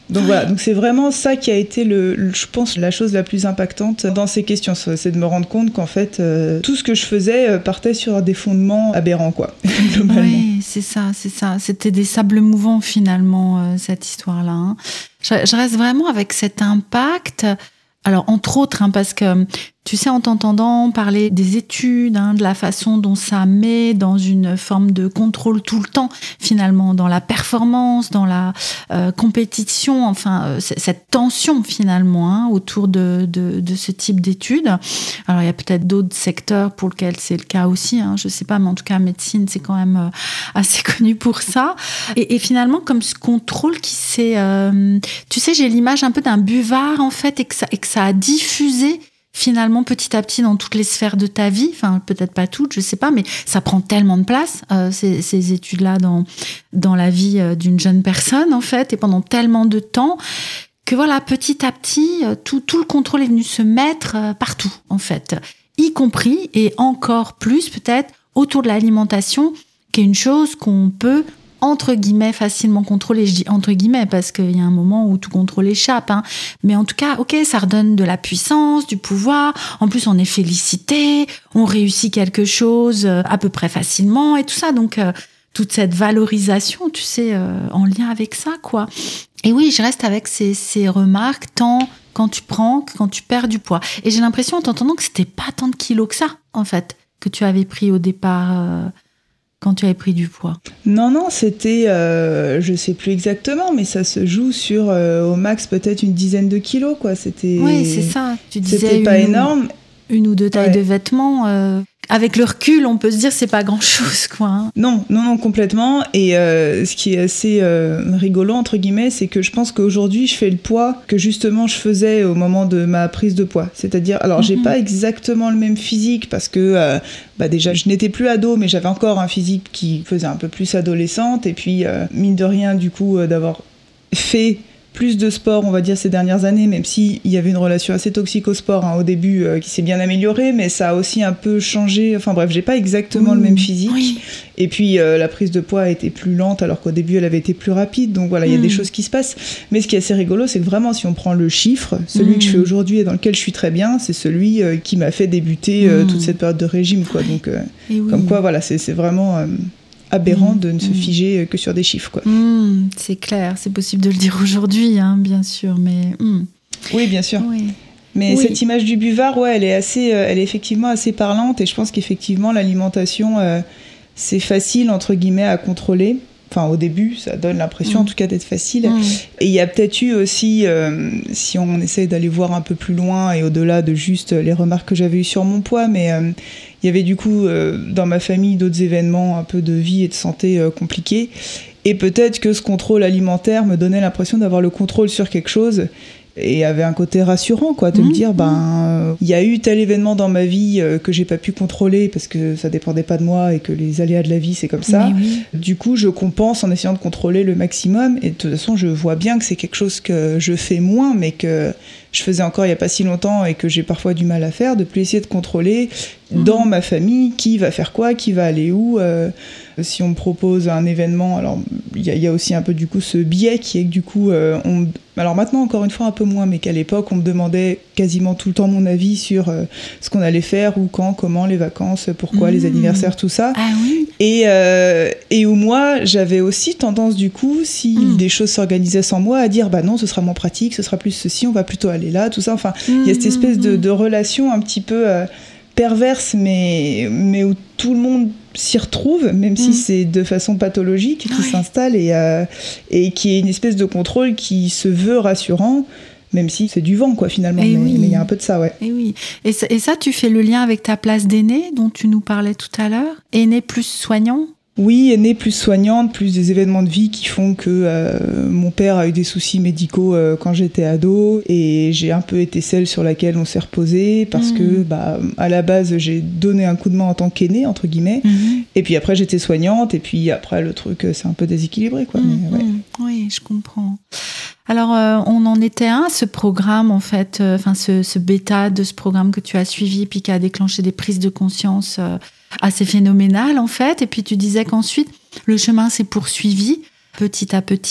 Donc voilà, donc c'est vraiment ça qui a été, le, le, je pense, la chose la plus impactante dans ces questions. C'est de me rendre compte qu'en fait, euh, tout ce que je faisais euh, partait sur des fondements aberrants, quoi, globalement. Oui, c'est ça, c'est ça. C'était des sables mouvants, finalement, euh, cette histoire-là. Hein. Je, je reste vraiment avec cet impact. Alors, entre autres, hein, parce que, tu sais, en t'entendant parler des études, hein, de la façon dont ça met dans une forme de contrôle tout le temps, finalement, dans la performance, dans la euh, compétition, enfin, euh, cette tension, finalement, hein, autour de, de, de ce type d'études. Alors, il y a peut-être d'autres secteurs pour lesquels c'est le cas aussi, hein, je sais pas, mais en tout cas, médecine, c'est quand même euh, assez connu pour ça. Et, et finalement, comme ce contrôle qui s'est... Euh, tu sais, j'ai l'image un peu d'un buvard, en fait, et que ça, et que ça a diffusé finalement petit à petit dans toutes les sphères de ta vie, enfin peut-être pas toutes, je sais pas, mais ça prend tellement de place, euh, ces, ces études-là dans, dans la vie euh, d'une jeune personne en fait, et pendant tellement de temps, que voilà, petit à petit, euh, tout, tout le contrôle est venu se mettre euh, partout en fait, y compris et encore plus peut-être autour de l'alimentation, qui est une chose qu'on peut entre guillemets facilement contrôler. Je dis entre guillemets parce qu'il y a un moment où tout contrôle échappe, hein. Mais en tout cas, ok, ça redonne de la puissance, du pouvoir. En plus, on est félicité, on réussit quelque chose à peu près facilement et tout ça. Donc, euh, toute cette valorisation, tu sais, euh, en lien avec ça, quoi. Et oui, je reste avec ces, ces remarques, tant quand tu prends que quand tu perds du poids. Et j'ai l'impression, en t'entendant, que c'était pas tant de kilos que ça, en fait, que tu avais pris au départ... Euh, quand tu avais pris du poids? Non, non, c'était, euh, je sais plus exactement, mais ça se joue sur euh, au max peut-être une dizaine de kilos, quoi. C'était. Oui, c'est ça. Tu disais c'était pas une, énorme. Une ou deux tailles ouais. de vêtements. Euh, avec le recul, on peut se dire c'est pas grand-chose, quoi. Hein. Non, non, non, complètement. Et euh, ce qui est assez euh, rigolo entre guillemets, c'est que je pense qu'aujourd'hui, je fais le poids que justement je faisais au moment de ma prise de poids. C'est-à-dire, alors, mm-hmm. j'ai pas exactement le même physique parce que. Euh, Bah déjà, je n'étais plus ado, mais j'avais encore un physique qui faisait un peu plus adolescente. Et puis, euh, mine de rien, du coup, euh, d'avoir fait plus de sport, on va dire, ces dernières années, même s'il y avait une relation assez toxique au sport hein, au début, euh, qui s'est bien améliorée, mais ça a aussi un peu changé. Enfin bref, j'ai pas exactement mmh, le même physique. Oui. Et puis, euh, la prise de poids a été plus lente, alors qu'au début, elle avait été plus rapide. Donc voilà, il mmh. y a des choses qui se passent. Mais ce qui est assez rigolo, c'est que vraiment, si on prend le chiffre, celui mmh. que je fais aujourd'hui et dans lequel je suis très bien, c'est celui euh, qui m'a fait débuter euh, mmh. toute cette période de régime, quoi. Donc, euh, oui. comme quoi, voilà, c'est, c'est vraiment... Euh, aberrant mmh, de ne se figer que sur des chiffres, quoi. Mmh, c'est clair, c'est possible de le dire aujourd'hui, hein, bien sûr, mais... Mmh. Oui, bien sûr. Oui. Mais oui. cette image du buvard, ouais, elle est, assez, euh, elle est effectivement assez parlante, et je pense qu'effectivement, l'alimentation, euh, c'est facile, entre guillemets, à contrôler. Enfin, au début, ça donne l'impression, mmh. en tout cas, d'être facile. Mmh. Et il y a peut-être eu aussi, euh, si on essaie d'aller voir un peu plus loin et au-delà de juste les remarques que j'avais eues sur mon poids, mais... Euh, il y avait du coup euh, dans ma famille d'autres événements un peu de vie et de santé euh, compliqués. Et peut-être que ce contrôle alimentaire me donnait l'impression d'avoir le contrôle sur quelque chose et avait un côté rassurant, quoi, de mmh, me dire, ben, il euh, y a eu tel événement dans ma vie euh, que j'ai pas pu contrôler parce que ça dépendait pas de moi et que les aléas de la vie, c'est comme ça. Oui. Du coup, je compense en essayant de contrôler le maximum. Et de toute façon, je vois bien que c'est quelque chose que je fais moins, mais que je faisais encore il y a pas si longtemps et que j'ai parfois du mal à faire, de plus essayer de contrôler mmh. dans ma famille qui va faire quoi, qui va aller où. Euh, si on me propose un événement, alors il y, y a aussi un peu du coup ce biais qui est que du coup, euh, on, alors maintenant encore une fois un peu moins, mais qu'à l'époque on me demandait quasiment tout le temps mon avis sur euh, ce qu'on allait faire, où, quand, comment, les vacances, pourquoi, mmh. les anniversaires, tout ça. Ah oui. Et, euh, et où moi j'avais aussi tendance du coup, si mmh. des choses s'organisaient sans moi, à dire bah non, ce sera moins pratique, ce sera plus ceci, on va plutôt aller là, tout ça. Enfin, il mmh. y a cette espèce de, de relation un petit peu euh, perverse, mais, mais où tout le monde s'y retrouve, même mmh. si c'est de façon pathologique, qui oui. s'installe et, euh, et qui est une espèce de contrôle qui se veut rassurant, même si c'est du vent, quoi, finalement. Et mais il oui. y a un peu de ça, ouais. Et oui. Et ça, et ça, tu fais le lien avec ta place d'aîné, dont tu nous parlais tout à l'heure. Aîné plus soignant. Oui, aînée plus soignante, plus des événements de vie qui font que euh, mon père a eu des soucis médicaux euh, quand j'étais ado et j'ai un peu été celle sur laquelle on s'est reposé parce mmh. que bah, à la base j'ai donné un coup de main en tant qu'aînée, entre guillemets, mmh. et puis après j'étais soignante et puis après le truc c'est un peu déséquilibré, quoi. Mmh. Mais, ouais. Oui, je comprends. Alors, euh, on en était un, ce programme, en fait, enfin, euh, ce, ce bêta de ce programme que tu as suivi, puis qui a déclenché des prises de conscience euh, assez phénoménales, en fait. Et puis, tu disais qu'ensuite, le chemin s'est poursuivi petit à petit.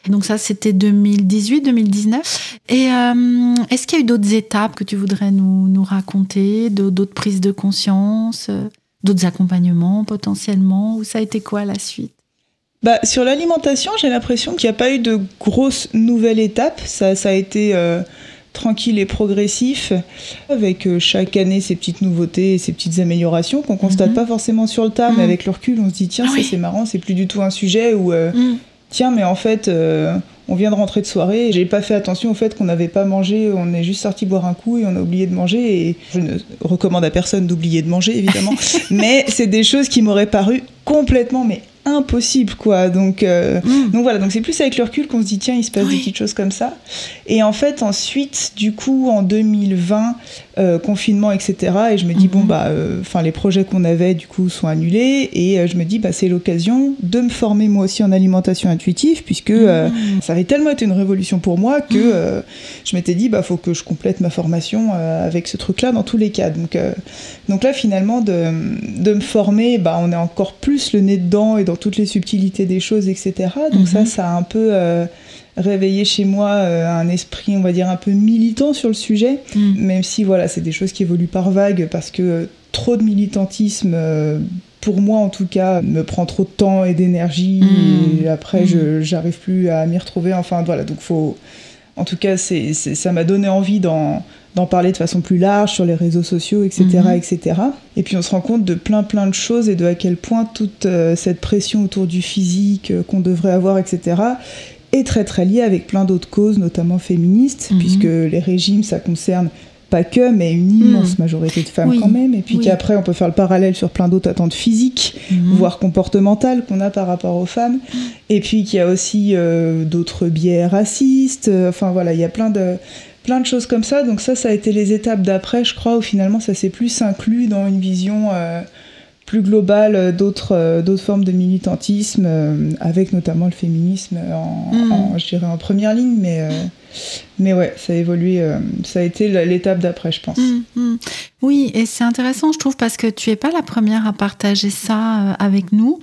Donc ça, c'était deux mille dix-huit deux mille dix-neuf. Et euh, est-ce qu'il y a eu d'autres étapes que tu voudrais nous, nous raconter, d'autres prises de conscience, d'autres accompagnements potentiellement, ou ça a été quoi la suite? Bah, sur l'alimentation, j'ai l'impression qu'il n'y a pas eu de grosses nouvelles étapes. Ça, ça a été euh, tranquille et progressif, avec euh, chaque année ses petites nouveautés et ses petites améliorations qu'on ne constate mm-hmm. pas forcément sur le tas, mm. mais avec le recul, on se dit tiens, ah, ça oui. c'est marrant, c'est plus du tout un sujet où euh, mm. tiens, mais en fait, euh, on vient de rentrer de soirée, j'ai pas fait attention au fait qu'on n'avait pas mangé, on est juste sorti boire un coup et on a oublié de manger. Et je ne recommande à personne d'oublier de manger, évidemment, mais c'est des choses qui m'auraient paru complètement mais impossible, quoi. Donc, euh, mmh. donc voilà, donc c'est plus avec le recul qu'on se dit tiens, il se passe oui. des petites choses comme ça. Et en fait, ensuite, du coup, en deux mille vingt, euh, confinement, et cetera. Et je me dis mmh. bon bah, enfin euh, les projets qu'on avait du coup sont annulés. Et euh, je me dis bah c'est l'occasion de me former moi aussi en alimentation intuitive, puisque euh, mmh. ça avait tellement été une révolution pour moi que mmh. euh, je m'étais dit bah faut que je complète ma formation euh, avec ce truc-là dans tous les cas. Donc euh, donc là finalement de de me former, bah on est encore plus le nez dedans et dans toutes les subtilités des choses, et cetera. Donc mm-hmm. ça, ça a un peu euh, réveillé chez moi euh, un esprit, on va dire, un peu militant sur le sujet, mm. même si, voilà, c'est des choses qui évoluent par vagues, parce que euh, trop de militantisme, euh, pour moi en tout cas, me prend trop de temps et d'énergie, mm. et après, mm. je j'arrive plus à m'y retrouver. Enfin, voilà, donc faut... En tout cas, c'est, c'est, ça m'a donné envie d'en... d'en parler de façon plus large sur les réseaux sociaux, et cetera, mmh. et cetera. Et puis on se rend compte de plein plein de choses et de à quel point toute euh, cette pression autour du physique euh, qu'on devrait avoir, et cetera, est très très liée avec plein d'autres causes, notamment féministes, mmh. puisque les régimes, ça concerne pas que, mais une immense mmh. majorité de femmes oui. quand même. Et puis oui. qu'après, on peut faire le parallèle sur plein d'autres attentes physiques, mmh. voire comportementales qu'on a par rapport aux femmes. Mmh. Et puis qu'il y a aussi euh, d'autres biais racistes. Enfin voilà, il y a plein de... plein de choses comme ça, donc ça, ça a été les étapes d'après, je crois, où finalement ça s'est plus inclus dans une vision euh, plus globale d'autres, euh, d'autres formes de militantisme, euh, avec notamment le féminisme en, mmh. en, je dirais en première ligne, mais, euh, mais ouais, ça a évolué, euh, ça a été l'étape d'après, je pense. Mmh, mmh. Oui, et c'est intéressant, je trouve, parce que tu n'es pas la première à partager ça euh, avec nous.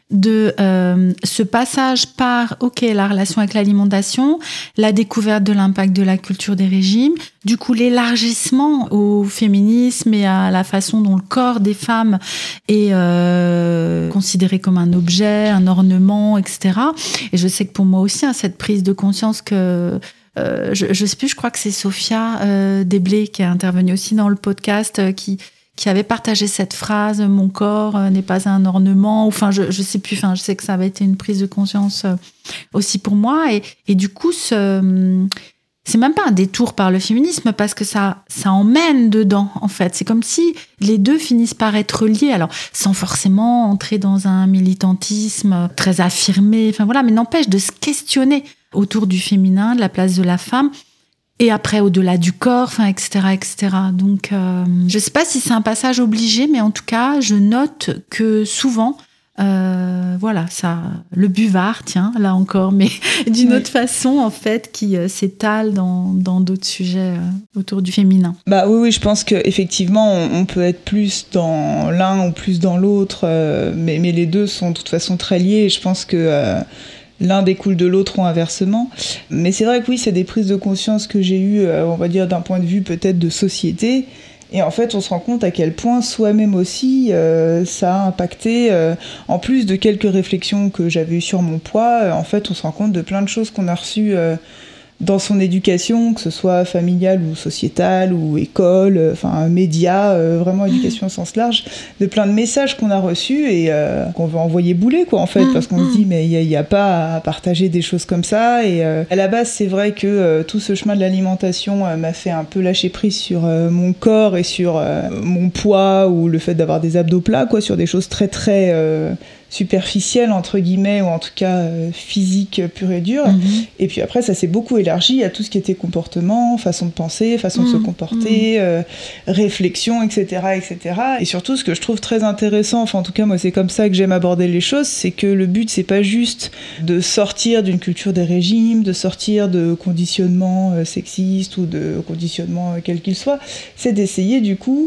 De euh, ce passage par ok la relation avec l'alimentation, la découverte de l'impact de la culture des régimes, du coup l'élargissement au féminisme et à la façon dont le corps des femmes est euh, considéré comme un objet, un ornement, et cetera. Et je sais que pour moi aussi, hein, cette prise de conscience que euh, je, je sais plus, je crois que c'est Sophia euh, Desblés qui est intervenue aussi dans le podcast euh, qui qui avait partagé cette phrase « Mon corps n'est pas un ornement ». Enfin, je je sais plus. Enfin, je sais que ça avait été une prise de conscience aussi pour moi. Et et du coup, ce c'est même pas un détour par le féminisme parce que ça ça emmène dedans en fait. C'est comme si les deux finissent par être liés. Alors sans forcément entrer dans un militantisme très affirmé. Enfin voilà, mais n'empêche de se questionner autour du féminin, de la place de la femme. Et après, au-delà du corps, enfin, et cetera, et cetera. Donc, euh, je ne sais pas si c'est un passage obligé, mais en tout cas, je note que souvent, euh, voilà, ça, le buvard, tiens, là encore, mais d'une oui. autre façon, en fait, qui euh, s'étale dans, dans d'autres sujets euh, autour du féminin. Bah oui, oui, je pense qu'effectivement, on, on peut être plus dans l'un ou plus dans l'autre, euh, mais, mais les deux sont de toute façon très liés. Et je pense que... Euh, l'un découle de l'autre ou inversement. Mais c'est vrai que oui, c'est des prises de conscience que j'ai eues, euh, on va dire, d'un point de vue peut-être de société. Et en fait, on se rend compte à quel point soi-même aussi, euh, ça a impacté, euh, en plus de quelques réflexions que j'avais eues sur mon poids, euh, en fait, on se rend compte de plein de choses qu'on a reçues euh, dans son éducation, que ce soit familiale ou sociétale ou école, euh, enfin médias, euh, vraiment éducation au sens large, de plein de messages qu'on a reçus et euh, qu'on veut envoyer bouler, quoi, en fait, mmh, parce qu'on mmh. se dit mais il n'y a, a pas à partager des choses comme ça. Et euh, à la base, c'est vrai que euh, tout ce chemin de l'alimentation euh, m'a fait un peu lâcher prise sur euh, mon corps et sur euh, mon poids ou le fait d'avoir des abdos plats, quoi, sur des choses très très euh, superficielle entre guillemets, ou en tout cas euh, physique pure et dure. Mmh. Et puis après ça s'est beaucoup élargi à tout ce qui était comportement, façon de penser, façon mmh. de se comporter, mmh. euh, réflexion, etc., etc. Et surtout ce que je trouve très intéressant, enfin en tout cas moi c'est comme ça que j'aime aborder les choses, c'est que le but c'est pas juste de sortir d'une culture des régimes, de sortir de conditionnement euh, sexiste ou de conditionnement euh, quel qu'il soit, c'est d'essayer du coup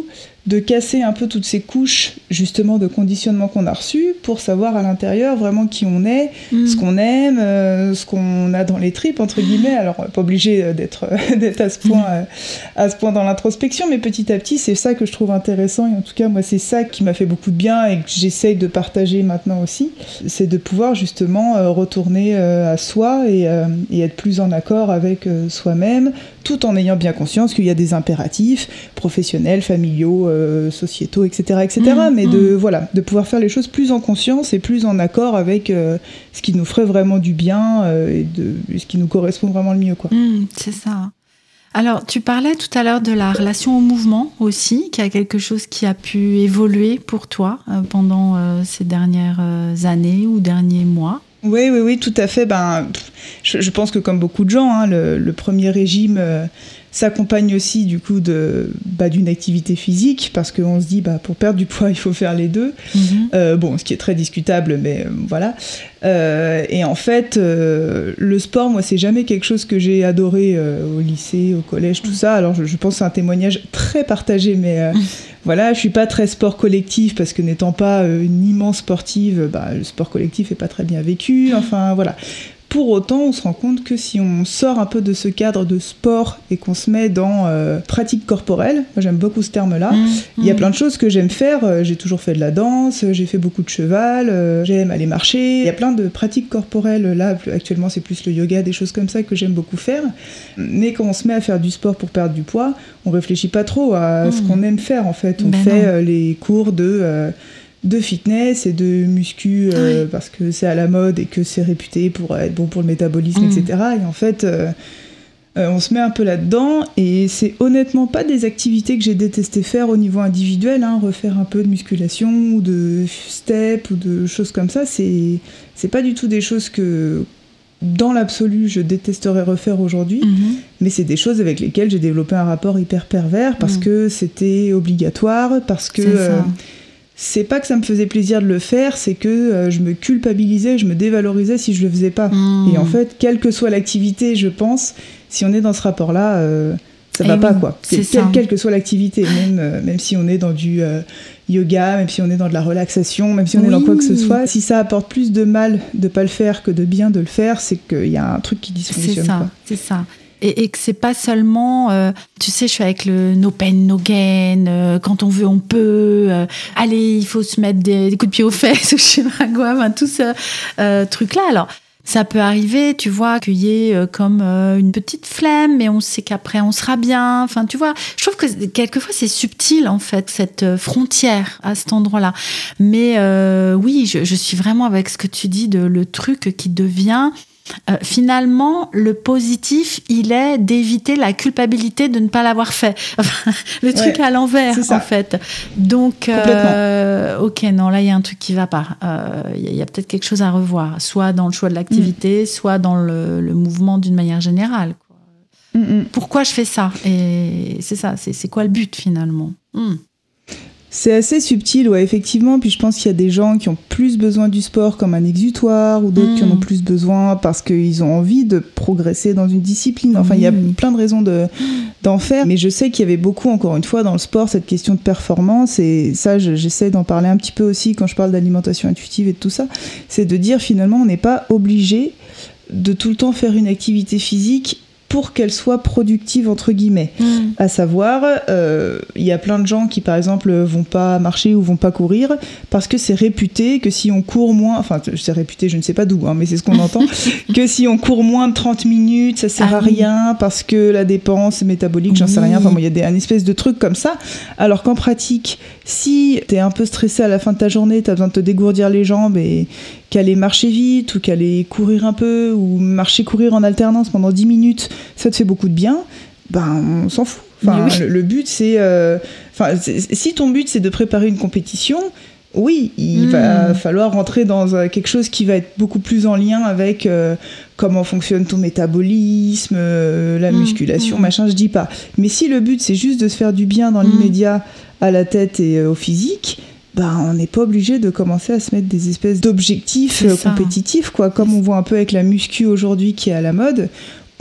de casser un peu toutes ces couches justement de conditionnement qu'on a reçues pour savoir à l'intérieur vraiment qui on est, mmh. ce qu'on aime, euh, ce qu'on a dans les tripes entre guillemets. Alors pas obligé d'être, d'être à ce point euh, à ce point dans l'introspection, mais petit à petit c'est ça que je trouve intéressant, et en tout cas moi c'est ça qui m'a fait beaucoup de bien et que j'essaye de partager maintenant aussi, c'est de pouvoir justement euh, retourner euh, à soi et, euh, et être plus en accord avec euh, soi-même, tout en ayant bien conscience qu'il y a des impératifs professionnels, familiaux, euh, sociétaux, et cetera, et cetera. Mmh, mais de, mmh. voilà, de pouvoir faire les choses plus en conscience et plus en accord avec euh, ce qui nous ferait vraiment du bien euh, et, de, et ce qui nous correspond vraiment le mieux, quoi. Mmh, c'est ça. Alors, tu parlais tout à l'heure de la relation au mouvement aussi, qui a quelque chose qui a pu évoluer pour toi euh, pendant euh, ces dernières euh, années ou derniers mois. Oui, oui, oui, tout à fait. Ben, je, je pense que comme beaucoup de gens, hein, le, le premier régime euh, s'accompagne aussi du coup de, bah, d'une activité physique, parce qu'on se dit bah, pour perdre du poids, il faut faire les deux. Mm-hmm. Euh, bon, ce qui est très discutable, mais euh, voilà. Euh, et en fait, euh, le sport, moi, c'est jamais quelque chose que j'ai adoré euh, au lycée, au collège, tout ça. Alors, je, je pense que c'est un témoignage très partagé, mais euh, voilà, je suis pas très sport collectif parce que n'étant pas euh, une immense sportive, bah, le sport collectif est pas très bien vécu. Enfin, voilà. Pour autant, on se rend compte que si on sort un peu de ce cadre de sport et qu'on se met dans euh, pratique corporelle, moi j'aime beaucoup ce terme-là, mmh, il y a plein de choses que j'aime faire. J'ai toujours fait de la danse, j'ai fait beaucoup de cheval, euh, j'aime aller marcher. Il y a plein de pratiques corporelles. Là, actuellement, c'est plus le yoga, des choses comme ça que j'aime beaucoup faire. Mais quand on se met à faire du sport pour perdre du poids, on réfléchit pas trop à mmh. ce qu'on aime faire, en fait. On ben fait euh, les cours de... Euh, de fitness et de muscu euh, oui. parce que c'est à la mode et que c'est réputé pour être bon pour le métabolisme, mmh. et cetera. Et en fait, euh, euh, on se met un peu là-dedans, et c'est honnêtement pas des activités que j'ai détesté faire au niveau individuel, hein, refaire un peu de musculation ou de step ou de choses comme ça, c'est, c'est pas du tout des choses que... dans l'absolu, je détesterais refaire aujourd'hui, mmh. mais c'est des choses avec lesquelles j'ai développé un rapport hyper pervers parce mmh. que c'était obligatoire, parce que... Euh, c'est pas que ça me faisait plaisir de le faire, c'est que euh, je me culpabilisais, je me dévalorisais si je le faisais pas. Mmh. Et en fait, quelle que soit l'activité, je pense, si on est dans ce rapport-là, euh, ça va Et pas, oui, quoi. C'est c'est quelle, quelle que soit l'activité, même, euh, même si on est dans du euh, yoga, même si on est dans de la relaxation, même si on oui. est dans quoi que ce soit, si ça apporte plus de mal de pas le faire que de bien de le faire, c'est qu'il y a un truc qui dysfonctionne. C'est ça, quoi. c'est ça. Et, et que c'est pas seulement, euh, tu sais, je suis avec le no pain, no gain, euh, quand on veut, on peut, euh, allez, il faut se mettre des, des coups de pied aux fesses, ou je sais pas quoi, enfin, tout ce euh, truc-là. Alors, ça peut arriver, tu vois, qu'il y ait euh, comme euh, une petite flemme, mais on sait qu'après, on sera bien. Enfin, tu vois, je trouve que quelquefois, c'est subtil, en fait, cette frontière à cet endroit-là. Mais euh, oui, je, je suis vraiment avec ce que tu dis, de le truc qui devient... Euh, finalement, le positif, il est d'éviter la culpabilité de ne pas l'avoir fait. Enfin, le truc ouais, à l'envers, en fait. Donc, euh, ok, non, là, il y a un truc qui ne va pas. Il euh, y, y a peut-être quelque chose à revoir, soit dans le choix de l'activité, mmh. soit dans le, le mouvement d'une manière générale. Quoi. Mmh. Pourquoi je fais ça ? Et c'est ça, c'est, c'est quoi le but, finalement ? mmh. C'est assez subtil, ouais, effectivement. Puis je pense qu'il y a des gens qui ont plus besoin du sport comme un exutoire, ou d'autres mmh. qui en ont plus besoin parce qu'ils ont envie de progresser dans une discipline. Enfin, mmh. il y a plein de raisons de, d'en faire. Mais je sais qu'il y avait beaucoup, encore une fois, dans le sport, cette question de performance. Et ça, je, j'essaie d'en parler un petit peu aussi quand je parle d'alimentation intuitive et de tout ça. C'est de dire, finalement, on n'est pas obligé de tout le temps faire une activité physique pour qu'elle soit productive, entre guillemets. Mmh. À savoir, il euh, y a plein de gens qui, par exemple, vont pas marcher ou vont pas courir parce que c'est réputé que si on court moins, enfin, c'est réputé, je ne sais pas d'où, hein, mais c'est ce qu'on entend, que si on court moins de trente minutes, ça sert ah, à rien oui. parce que la dépense métabolique, j'en oui. sais rien. Enfin, bon, il y a des, un espèce de truc comme ça. Alors qu'en pratique, si t'es un peu stressé à la fin de ta journée, t'as besoin de te dégourdir les jambes et qu'aller marcher vite ou qu'aller courir un peu ou marcher courir en alternance pendant dix minutes, ça te fait beaucoup de bien, ben on s'en fout. Enfin, oui. le, le but c'est, euh, enfin, c'est, si ton but c'est de préparer une compétition, oui, il mmh. va falloir rentrer dans euh, quelque chose qui va être beaucoup plus en lien avec euh, comment fonctionne ton métabolisme, euh, la mmh. musculation, mmh. machin, je dis pas. Mais si le but c'est juste de se faire du bien dans mmh. l'immédiat à la tête et euh, au physique, bah, on n'est pas obligé de commencer à se mettre des espèces d'objectifs euh, compétitifs, quoi. Comme on voit un peu avec la muscu aujourd'hui qui est à la mode.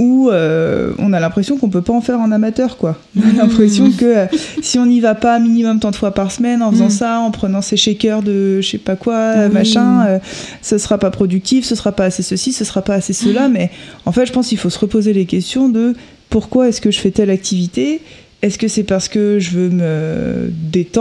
où euh, on a l'impression qu'on peut pas en faire en amateur, quoi. On a l'impression que euh, si on n'y va pas minimum tant de fois par semaine en faisant mmh. ça, en prenant ses shakers de je sais pas quoi, mmh. machin, euh, ce sera pas productif, ce sera pas assez ceci, ce sera pas assez cela. Mmh. Mais en fait, je pense qu'il faut se reposer les questions de pourquoi est-ce que je fais telle activité ? Est-ce que c'est parce que je veux me détendre ?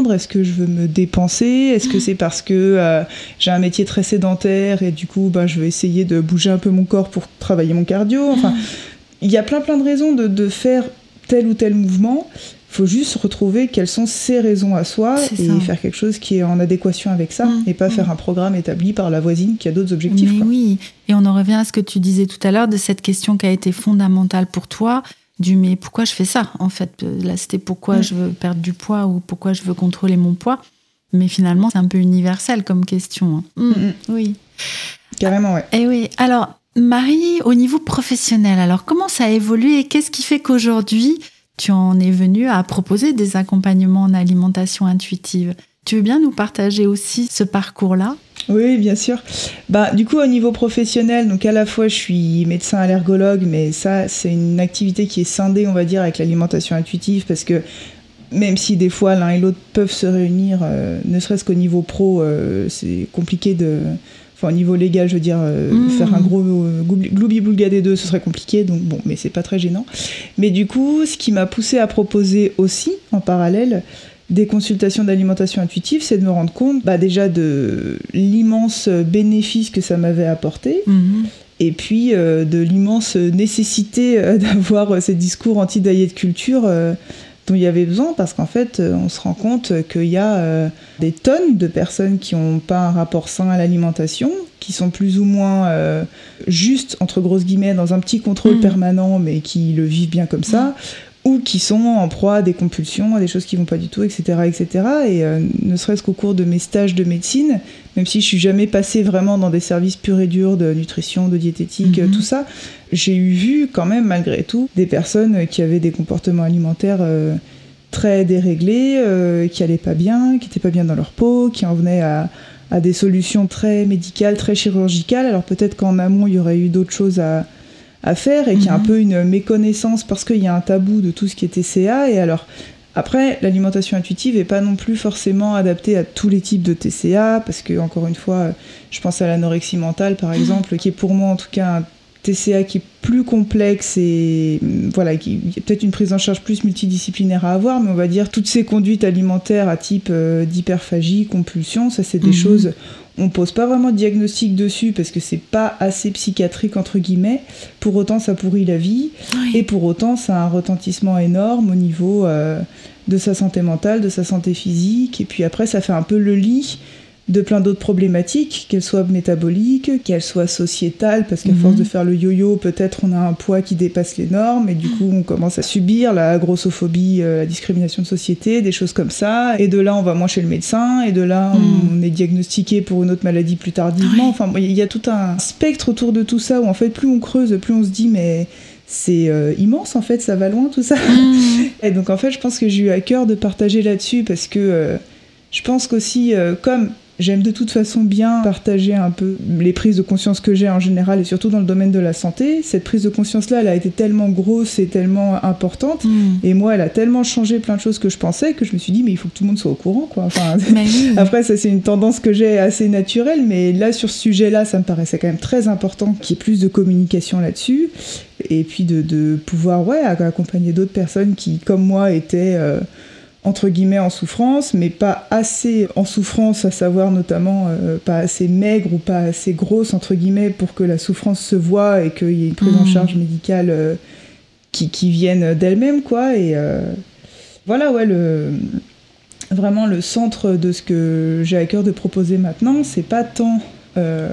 Est-ce que je veux me dépenser ? Est-ce que c'est parce que euh, j'ai un métier très sédentaire et du coup, bah, je vais essayer de bouger un peu mon corps pour travailler mon cardio ? Enfin, il y a plein plein de raisons de, de faire tel ou tel mouvement. Il faut juste retrouver quelles sont ses raisons à soi c'est et ça. Faire quelque chose qui est en adéquation avec ça mmh, et pas mmh. faire un programme établi par la voisine qui a d'autres objectifs. Mais quoi. Oui, et on en revient à ce que tu disais tout à l'heure de cette question qui a été fondamentale pour toi. Du mais pourquoi je fais ça en fait là c'était pourquoi mmh. je veux perdre du poids ou pourquoi je veux contrôler mon poids, mais finalement c'est un peu universel comme question. Mmh. Mmh. Oui, carrément, ouais. Et oui. Alors Marie, au niveau professionnel, alors comment ça a évolué et qu'est-ce qui fait qu'aujourd'hui tu en es venue à proposer des accompagnements en alimentation intuitive ? Tu veux bien nous partager aussi ce parcours-là ? Oui, bien sûr. Bah, du coup, au niveau professionnel, donc à la fois je suis médecin allergologue, mais ça, c'est une activité qui est scindée, on va dire, avec l'alimentation intuitive, parce que même si des fois l'un et l'autre peuvent se réunir, euh, ne serait-ce qu'au niveau pro, euh, c'est compliqué de... Enfin, au niveau légal, je veux dire, euh, mmh. faire un gros euh, gloubi-boulga des deux, ce serait compliqué, donc bon, mais c'est pas très gênant. Mais du coup, ce qui m'a poussée à proposer aussi, en parallèle, des consultations d'alimentation intuitive, c'est de me rendre compte bah, déjà de l'immense bénéfice que ça m'avait apporté, mmh. et puis euh, de l'immense nécessité euh, d'avoir euh, ces discours anti-diet culture euh, dont il y avait besoin, parce qu'en fait, euh, on se rend compte qu'il y a euh, des tonnes de personnes qui n'ont pas un rapport sain à l'alimentation, qui sont plus ou moins euh, juste, entre grosses guillemets, dans un petit contrôle mmh. permanent, mais qui le vivent bien comme ça, mmh. ou qui sont en proie à des compulsions, à des choses qui ne vont pas du tout, et cetera, et cetera. Et euh, ne serait-ce qu'au cours de mes stages de médecine, même si je ne suis jamais passée vraiment dans des services purs et durs de nutrition, de diététique, mmh. tout ça, j'ai eu vu quand même, malgré tout, des personnes qui avaient des comportements alimentaires euh, très déréglés, euh, qui n'allaient pas bien, qui n'étaient pas bien dans leur peau, qui en venaient à, à des solutions très médicales, très chirurgicales. Alors peut-être qu'en amont, il y aurait eu d'autres choses à... à faire et mmh. qu'il y a un peu une méconnaissance parce qu'il y a un tabou de tout ce qui est T C A. Et alors, après, l'alimentation intuitive n'est pas non plus forcément adaptée à tous les types de T C A parce que, encore une fois, je pense à l'anorexie mentale, par exemple, mmh. qui est pour moi, en tout cas, un T C A qui est plus complexe et voilà, qui, il y a peut-être une prise en charge plus multidisciplinaire à avoir, mais on va dire toutes ces conduites alimentaires à type euh, d'hyperphagie, compulsion, ça c'est des mmh. choses... On pose pas vraiment de diagnostic dessus parce que c'est pas assez psychiatrique entre guillemets. Pour autant, ça pourrit la vie oui. et pour autant, ça a un retentissement énorme au niveau euh, de sa santé mentale, de sa santé physique. Et puis après, ça fait un peu le lit de plein d'autres problématiques, qu'elles soient métaboliques, qu'elles soient sociétales, parce qu'à mmh. force de faire le yo-yo, peut-être on a un poids qui dépasse les normes, et du coup on commence à subir la grossophobie, euh, la discrimination de société, des choses comme ça, et de là on va moins chez le médecin, et de là mmh. on est diagnostiqué pour une autre maladie plus tardivement, oui. enfin il y a tout un spectre autour de tout ça, où en fait plus on creuse, plus on se dit mais... c'est euh, immense en fait, ça va loin tout ça. Mmh. Et donc en fait je pense que j'ai eu à cœur de partager là-dessus, parce que euh, je pense qu'aussi, euh, comme... j'aime de toute façon bien partager un peu les prises de conscience que j'ai en général et surtout dans le domaine de la santé. Cette prise de conscience-là, elle a été tellement grosse et tellement importante mmh. et moi, elle a tellement changé plein de choses que je pensais que je me suis dit, mais il faut que tout le monde soit au courant, quoi. Enfin, oui. Après, ça, c'est une tendance que j'ai assez naturelle, mais là, sur ce sujet-là, ça me paraissait quand même très important qu'il y ait plus de communication là-dessus et puis de, de pouvoir ouais, accompagner d'autres personnes qui, comme moi, étaient... Euh, entre guillemets en souffrance, mais pas assez en souffrance, à savoir notamment euh, pas assez maigre ou pas assez grosse, entre guillemets, pour que la souffrance se voie et qu'il y ait une prise mmh. en charge médicale euh, qui, qui vienne d'elle-même, quoi. Et euh, voilà, ouais, le, vraiment le centre de ce que j'ai à cœur de proposer maintenant, c'est pas tant... Euh,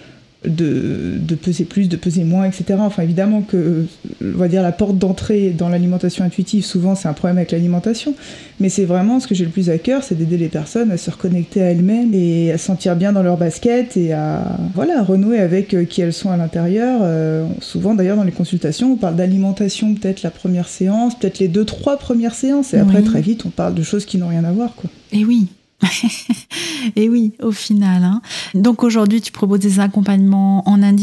De, de peser plus, de peser moins, et cetera. Enfin, évidemment que, on va dire, la porte d'entrée dans l'alimentation intuitive, souvent, c'est un problème avec l'alimentation. Mais c'est vraiment ce que j'ai le plus à cœur, c'est d'aider les personnes à se reconnecter à elles-mêmes et à se sentir bien dans leur basket et à, voilà, à renouer avec qui elles sont à l'intérieur. Euh, souvent, d'ailleurs, dans les consultations, on parle d'alimentation, peut-être la première séance, peut-être les deux, trois premières séances. Et oui. après, très vite, on parle de choses qui n'ont rien à voir, quoi. Et oui. Et oui, au final. Hein. Donc aujourd'hui, tu proposes des accompagnements en individuel ?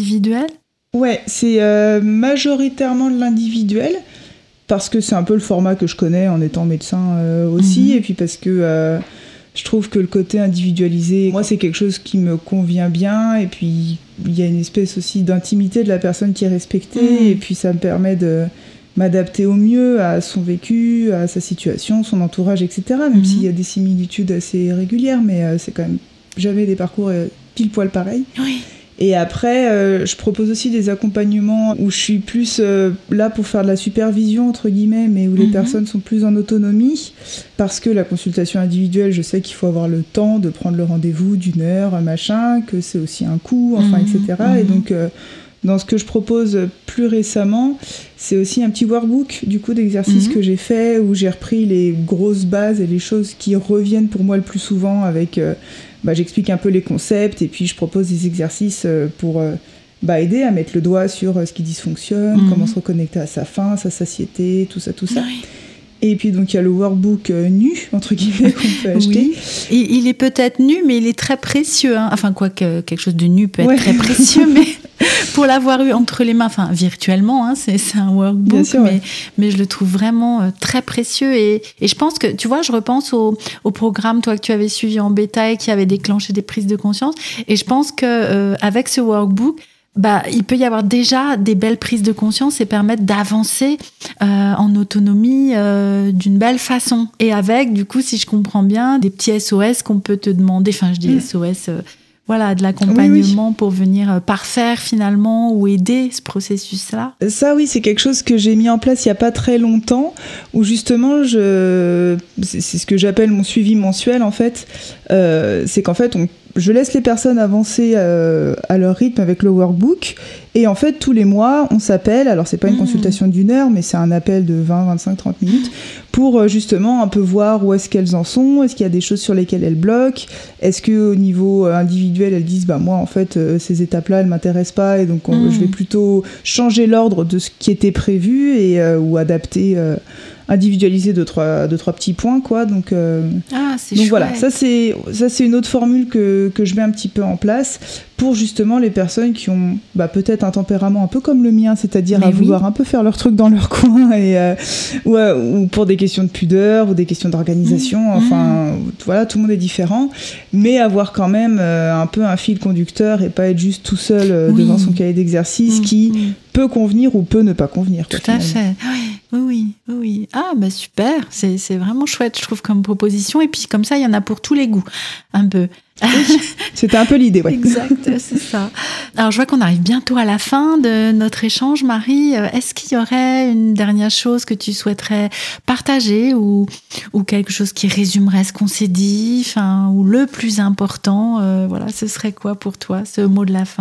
Ouais, c'est euh, majoritairement de l'individuel, parce que c'est un peu le format que je connais en étant médecin euh, aussi, mmh. et puis parce que euh, je trouve que le côté individualisé, moi, c'est quelque chose qui me convient bien, et puis il y a une espèce aussi d'intimité de la personne qui est respectée, mmh. et puis ça me permet de m'adapter au mieux à son vécu, à sa situation, son entourage, et cetera, même mmh. s'il y a des similitudes assez régulières, mais euh, c'est quand même jamais des parcours euh, pile poil pareils. Oui. Et après, euh, je propose aussi des accompagnements où je suis plus euh, là pour faire de la supervision, entre guillemets, mais où les mmh. personnes sont plus en autonomie. Parce que la consultation individuelle, je sais qu'il faut avoir le temps de prendre le rendez-vous d'une heure, machin, que c'est aussi un coût, enfin, mmh. et cetera. Mmh. Et donc, euh, dans ce que je propose plus récemment, c'est aussi un petit workbook, du coup, d'exercices mmh. que j'ai fait, où j'ai repris les grosses bases et les choses qui reviennent pour moi le plus souvent avec... Euh, Bah, j'explique un peu les concepts et puis je propose des exercices pour euh, bah, aider à mettre le doigt sur euh, ce qui dysfonctionne, mmh. comment se reconnecter à sa faim, sa satiété, tout ça, tout ça. Oui. Et puis donc il y a le workbook euh, nu, entre guillemets, qu'on peut acheter. Oui. Et il est peut-être nu, mais il est très précieux. Hein. Enfin, quoi que quelque chose de nu peut être ouais. très précieux, mais pour l'avoir eu entre les mains, enfin virtuellement, hein, c'est, c'est un workbook, sûr, mais, ouais. mais je le trouve vraiment euh, très précieux. Et, et je pense que, tu vois, je repense au, au programme, toi, que tu avais suivi en bêta et qui avait déclenché des prises de conscience. Et je pense qu'avec euh, ce workbook, bah, il peut y avoir déjà des belles prises de conscience et permettre d'avancer euh, en autonomie euh, d'une belle façon. Et avec, du coup, si je comprends bien, des petits S O S qu'on peut te demander, enfin je dis mmh. S O S, euh, voilà, de l'accompagnement oui, oui. pour venir euh, parfaire finalement ou aider ce processus-là. Ça oui, c'est quelque chose que j'ai mis en place il n'y a pas très longtemps, où justement, je... c'est, c'est ce que j'appelle mon suivi mensuel en fait. Euh, c'est qu'en fait, on Je laisse les personnes avancer euh, à leur rythme avec le workbook. Et en fait, tous les mois, on s'appelle. Alors, c'est pas une mmh. consultation d'une heure, mais c'est un appel de vingt, vingt-cinq, trente minutes pour euh, justement un peu voir où est-ce qu'elles en sont. Est-ce qu'il y a des choses sur lesquelles elles bloquent ? Est-ce qu'au niveau individuel, elles disent bah, « moi, en fait, euh, ces étapes-là, elles m'intéressent pas. Et donc, on, mmh. je vais plutôt changer l'ordre de ce qui était prévu et, euh, ou adapter... Euh, individualiser deux trois, deux, trois petits points, quoi. Donc, euh, ah, c'est donc chouette. voilà, ça c'est, ça c'est une autre formule que, que je mets un petit peu en place pour justement les personnes qui ont bah, peut-être un tempérament un peu comme le mien, c'est-à-dire mais à oui. vouloir un peu faire leur truc dans leur coin, et, euh, ou, euh, ou pour des questions de pudeur, ou des questions d'organisation, mmh. enfin, mmh. voilà, tout le monde est différent, mais avoir quand même euh, un peu un fil conducteur et pas être juste tout seul euh, oui. devant son cahier d'exercice mmh. qui mmh. peut convenir ou peut ne pas convenir. Tout à fait, oui, oui, oui. Ah, bah super, c'est, c'est vraiment chouette, je trouve, comme proposition. Et puis, comme ça, il y en a pour tous les goûts, un peu. Oui, c'était un peu l'idée, ouais. Exact, c'est ça. Alors, je vois qu'on arrive bientôt à la fin de notre échange, Marie. Est-ce qu'il y aurait une dernière chose que tu souhaiterais partager ou, ou quelque chose qui résumerait ce qu'on s'est dit, enfin, ou le plus important, euh, voilà, ce serait quoi pour toi, ce mot de la fin ?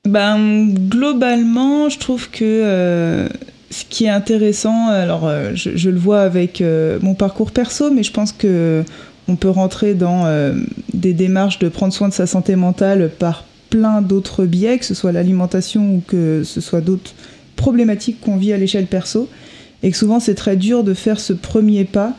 Ben, globalement, je trouve que euh, ce qui est intéressant, alors euh, je, je le vois avec euh, mon parcours perso, mais je pense que on peut rentrer dans euh, des démarches de prendre soin de sa santé mentale par plein d'autres biais, que ce soit l'alimentation ou que ce soit d'autres problématiques qu'on vit à l'échelle perso, et que souvent c'est très dur de faire ce premier pas.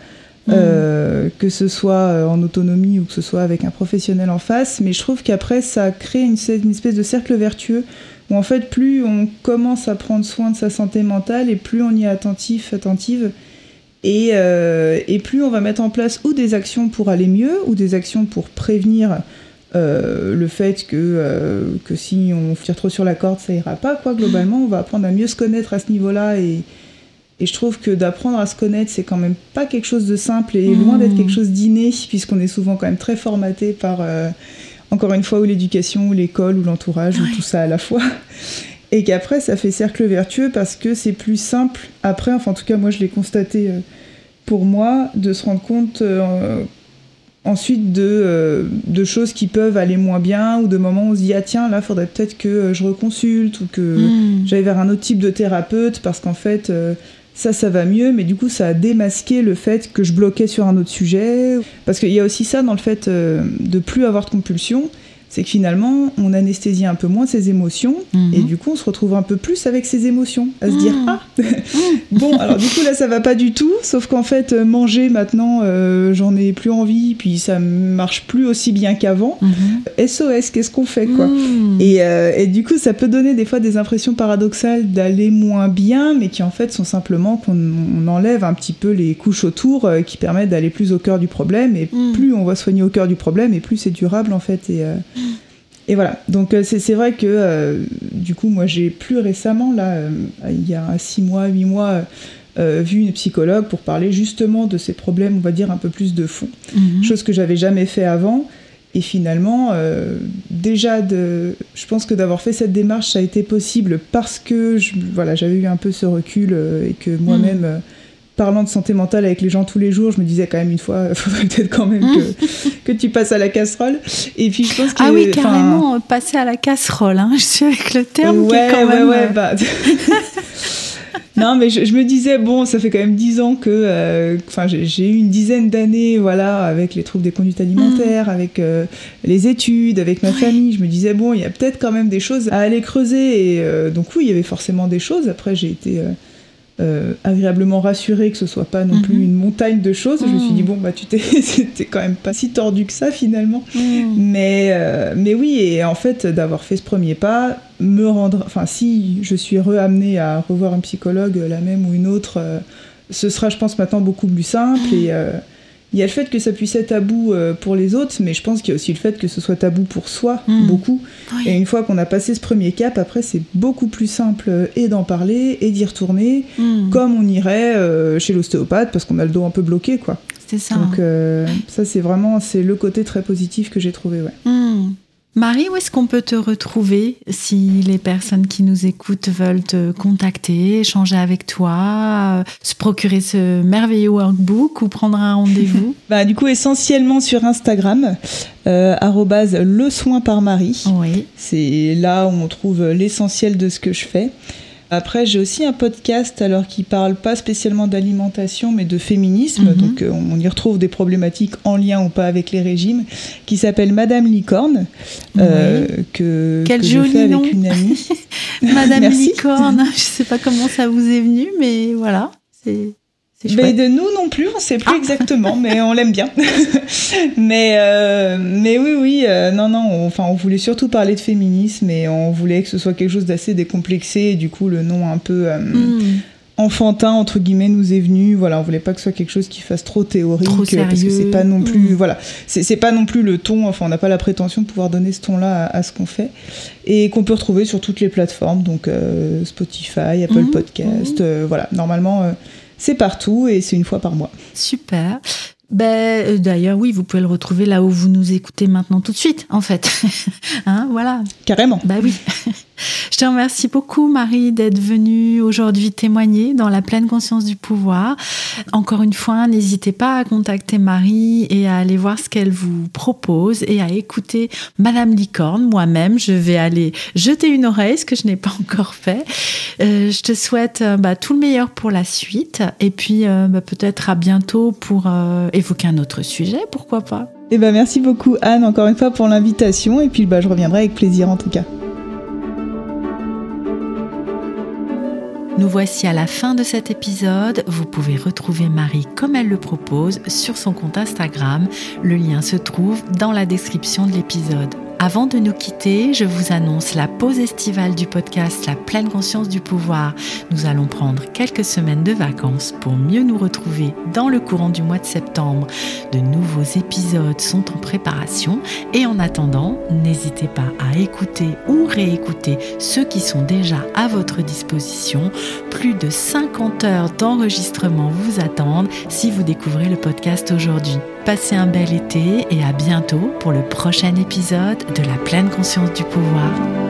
Euh, mmh. que ce soit en autonomie ou que ce soit avec un professionnel en face, mais je trouve qu'après ça crée une, une espèce de cercle vertueux où en fait plus on commence à prendre soin de sa santé mentale et plus on y est attentif, attentive et, euh, et plus on va mettre en place ou des actions pour aller mieux ou des actions pour prévenir euh, le fait que, euh, que si on tire trop sur la corde ça ira pas, quoi. Globalement on va apprendre à mieux se connaître à ce niveau-là et Et je trouve que d'apprendre à se connaître, c'est quand même pas quelque chose de simple et mmh. loin d'être quelque chose d'inné, puisqu'on est souvent quand même très formaté par, euh, encore une fois, ou l'éducation, ou l'école, ou l'entourage, oui. ou tout ça à la fois. Et qu'après, ça fait cercle vertueux parce que c'est plus simple. Après, enfin, en tout cas, moi, je l'ai constaté euh, pour moi, de se rendre compte euh, ensuite de, euh, de choses qui peuvent aller moins bien, ou de moments où on se dit « Ah tiens, là, il faudrait peut-être que je reconsulte » ou que mmh. j'aille vers un autre type de thérapeute parce qu'en fait... Euh, ça, ça va mieux, mais du coup, ça a démasqué le fait que je bloquais sur un autre sujet. Parce qu'il y a aussi ça dans le fait euh, de plus avoir de compulsion. c'est que finalement, on anesthésie un peu moins ses émotions, mmh. et du coup, on se retrouve un peu plus avec ses émotions, à se mmh. dire « Ah bon, alors du coup, là, ça va pas du tout, sauf qu'en fait, manger, maintenant, euh, j'en ai plus envie, puis ça marche plus aussi bien qu'avant. Mmh. S O S, qu'est-ce qu'on fait, quoi mmh. et, euh, et du coup, ça peut donner des fois des impressions paradoxales d'aller moins bien, mais qui en fait sont simplement qu'on on enlève un petit peu les couches autour euh, qui permettent d'aller plus au cœur du problème, et mmh. plus on va soigner au cœur du problème, et plus c'est durable, en fait, et... Euh, Et voilà, donc euh, c'est, c'est vrai que euh, du coup, moi j'ai plus récemment, là, euh, il y a six mois, huit mois, euh, vu une psychologue pour parler justement de ces problèmes, on va dire, un peu plus de fond. Mmh. Chose que j'avais jamais fait avant. Et finalement, euh, déjà, de, je pense que d'avoir fait cette démarche, ça a été possible parce que je, voilà, j'avais eu un peu ce recul euh, et que moi-même... Mmh. Euh, parlant de santé mentale avec les gens tous les jours, je me disais quand même une fois, il faudrait peut-être quand même que, que tu passes à la casserole. Et puis je pense que... Ah oui, carrément, euh, passer à la casserole, hein. Je suis avec le terme ouais, qui est quand ouais, même... Ouais, ouais, bah... Non, mais je, je me disais, bon, ça fait quand même dix ans que... Enfin, euh, j'ai, j'ai eu une dizaine d'années, voilà, avec les troubles des conduites alimentaires, mmh. avec euh, les études, avec ma oui. famille. Je me disais, bon, il y a peut-être quand même des choses à aller creuser. Et euh, donc oui, il y avait forcément des choses. Après, j'ai été... Euh, Euh, agréablement rassurée que ce soit pas non plus mmh. une montagne de choses. Mmh. Je me suis dit bon bah tu t'es c'était quand même pas si tordu que ça finalement. Mmh. Mais euh, mais oui, et en fait d'avoir fait ce premier pas me rendre, enfin si je suis re-amenée à revoir un psychologue, la même ou une autre, euh, ce sera je pense maintenant beaucoup plus simple. Mmh. Et euh, il y a le fait que ça puisse être tabou euh, pour les autres, mais je pense qu'il y a aussi le fait que ce soit tabou pour soi, mmh. beaucoup. Oui. Et une fois qu'on a passé ce premier cap, après, c'est beaucoup plus simple euh, et d'en parler et d'y retourner, mmh. comme on irait euh, chez l'ostéopathe, parce qu'on a le dos un peu bloqué, quoi. C'est ça. Donc euh, ça, c'est vraiment c'est le côté très positif que j'ai trouvé, ouais. Mmh. Marie, où est-ce qu'on peut te retrouver si les personnes qui nous écoutent veulent te contacter, échanger avec toi, euh, se procurer ce merveilleux workbook ou prendre un rendez-vous? Bah, du coup, essentiellement sur Instagram, euh, arrobase le soin par Marie. Oui. C'est là où on trouve l'essentiel de ce que je fais. Après, j'ai aussi un podcast alors qui parle pas spécialement d'alimentation, mais de féminisme. Mm-hmm. Donc, euh, on y retrouve des problématiques en lien ou pas avec les régimes, qui s'appelle Madame Licorne, euh, oui. que, Quel que joli je fais avec nom. une amie. Madame Licorne, je sais pas comment ça vous est venu, mais voilà, c'est... Mais de nous non plus, on ne sait plus ah. exactement, mais on l'aime bien. mais, euh, mais oui, oui, euh, non, non, on, enfin, on voulait surtout parler de féminisme et on voulait que ce soit quelque chose d'assez décomplexé. Et du coup, le nom un peu euh, mm. enfantin, entre guillemets, nous est venu. Voilà, on voulait pas que ce soit quelque chose qui fasse trop théorique. Trop sérieux. Parce que c'est pas non plus, mm. voilà, c'est, c'est pas non plus le ton, enfin, on n'a pas la prétention de pouvoir donner ce ton-là à, à ce qu'on fait. Et qu'on peut retrouver sur toutes les plateformes, donc euh, Spotify, Apple mm. Podcast, mm. Euh, voilà, normalement... Euh, c'est partout et c'est une fois par mois. Super. Ben, d'ailleurs, oui, vous pouvez le retrouver là où vous nous écoutez maintenant tout de suite, en fait. Hein, voilà. Carrément. Ben oui. Je te remercie beaucoup, Marie, d'être venue aujourd'hui témoigner dans la pleine conscience du pouvoir. Encore une fois, n'hésitez pas à contacter Marie et à aller voir ce qu'elle vous propose et à écouter Madame Licorne. Moi-même, je vais aller jeter une oreille, ce que je n'ai pas encore fait. Euh, je te souhaite bah, tout le meilleur pour la suite et puis euh, bah, peut-être à bientôt pour euh, évoquer un autre sujet, pourquoi pas. Eh ben, merci beaucoup, Anne, encore une fois pour l'invitation et puis bah, je reviendrai avec plaisir en tout cas. Nous voici à la fin de cet épisode. Vous pouvez retrouver Marie comme elle le propose sur son compte Instagram. Le lien se trouve dans la description de l'épisode. Avant de nous quitter, je vous annonce la pause estivale du podcast La pleine conscience du pouvoir. Nous allons prendre quelques semaines de vacances pour mieux nous retrouver dans le courant du mois de septembre. De nouveaux épisodes sont en préparation et en attendant, n'hésitez pas à écouter ou réécouter ceux qui sont déjà à votre disposition. Plus de cinquante heures d'enregistrement vous attendent si vous découvrez le podcast aujourd'hui. Passez un bel été et à bientôt pour le prochain épisode de La pleine conscience du pouvoir.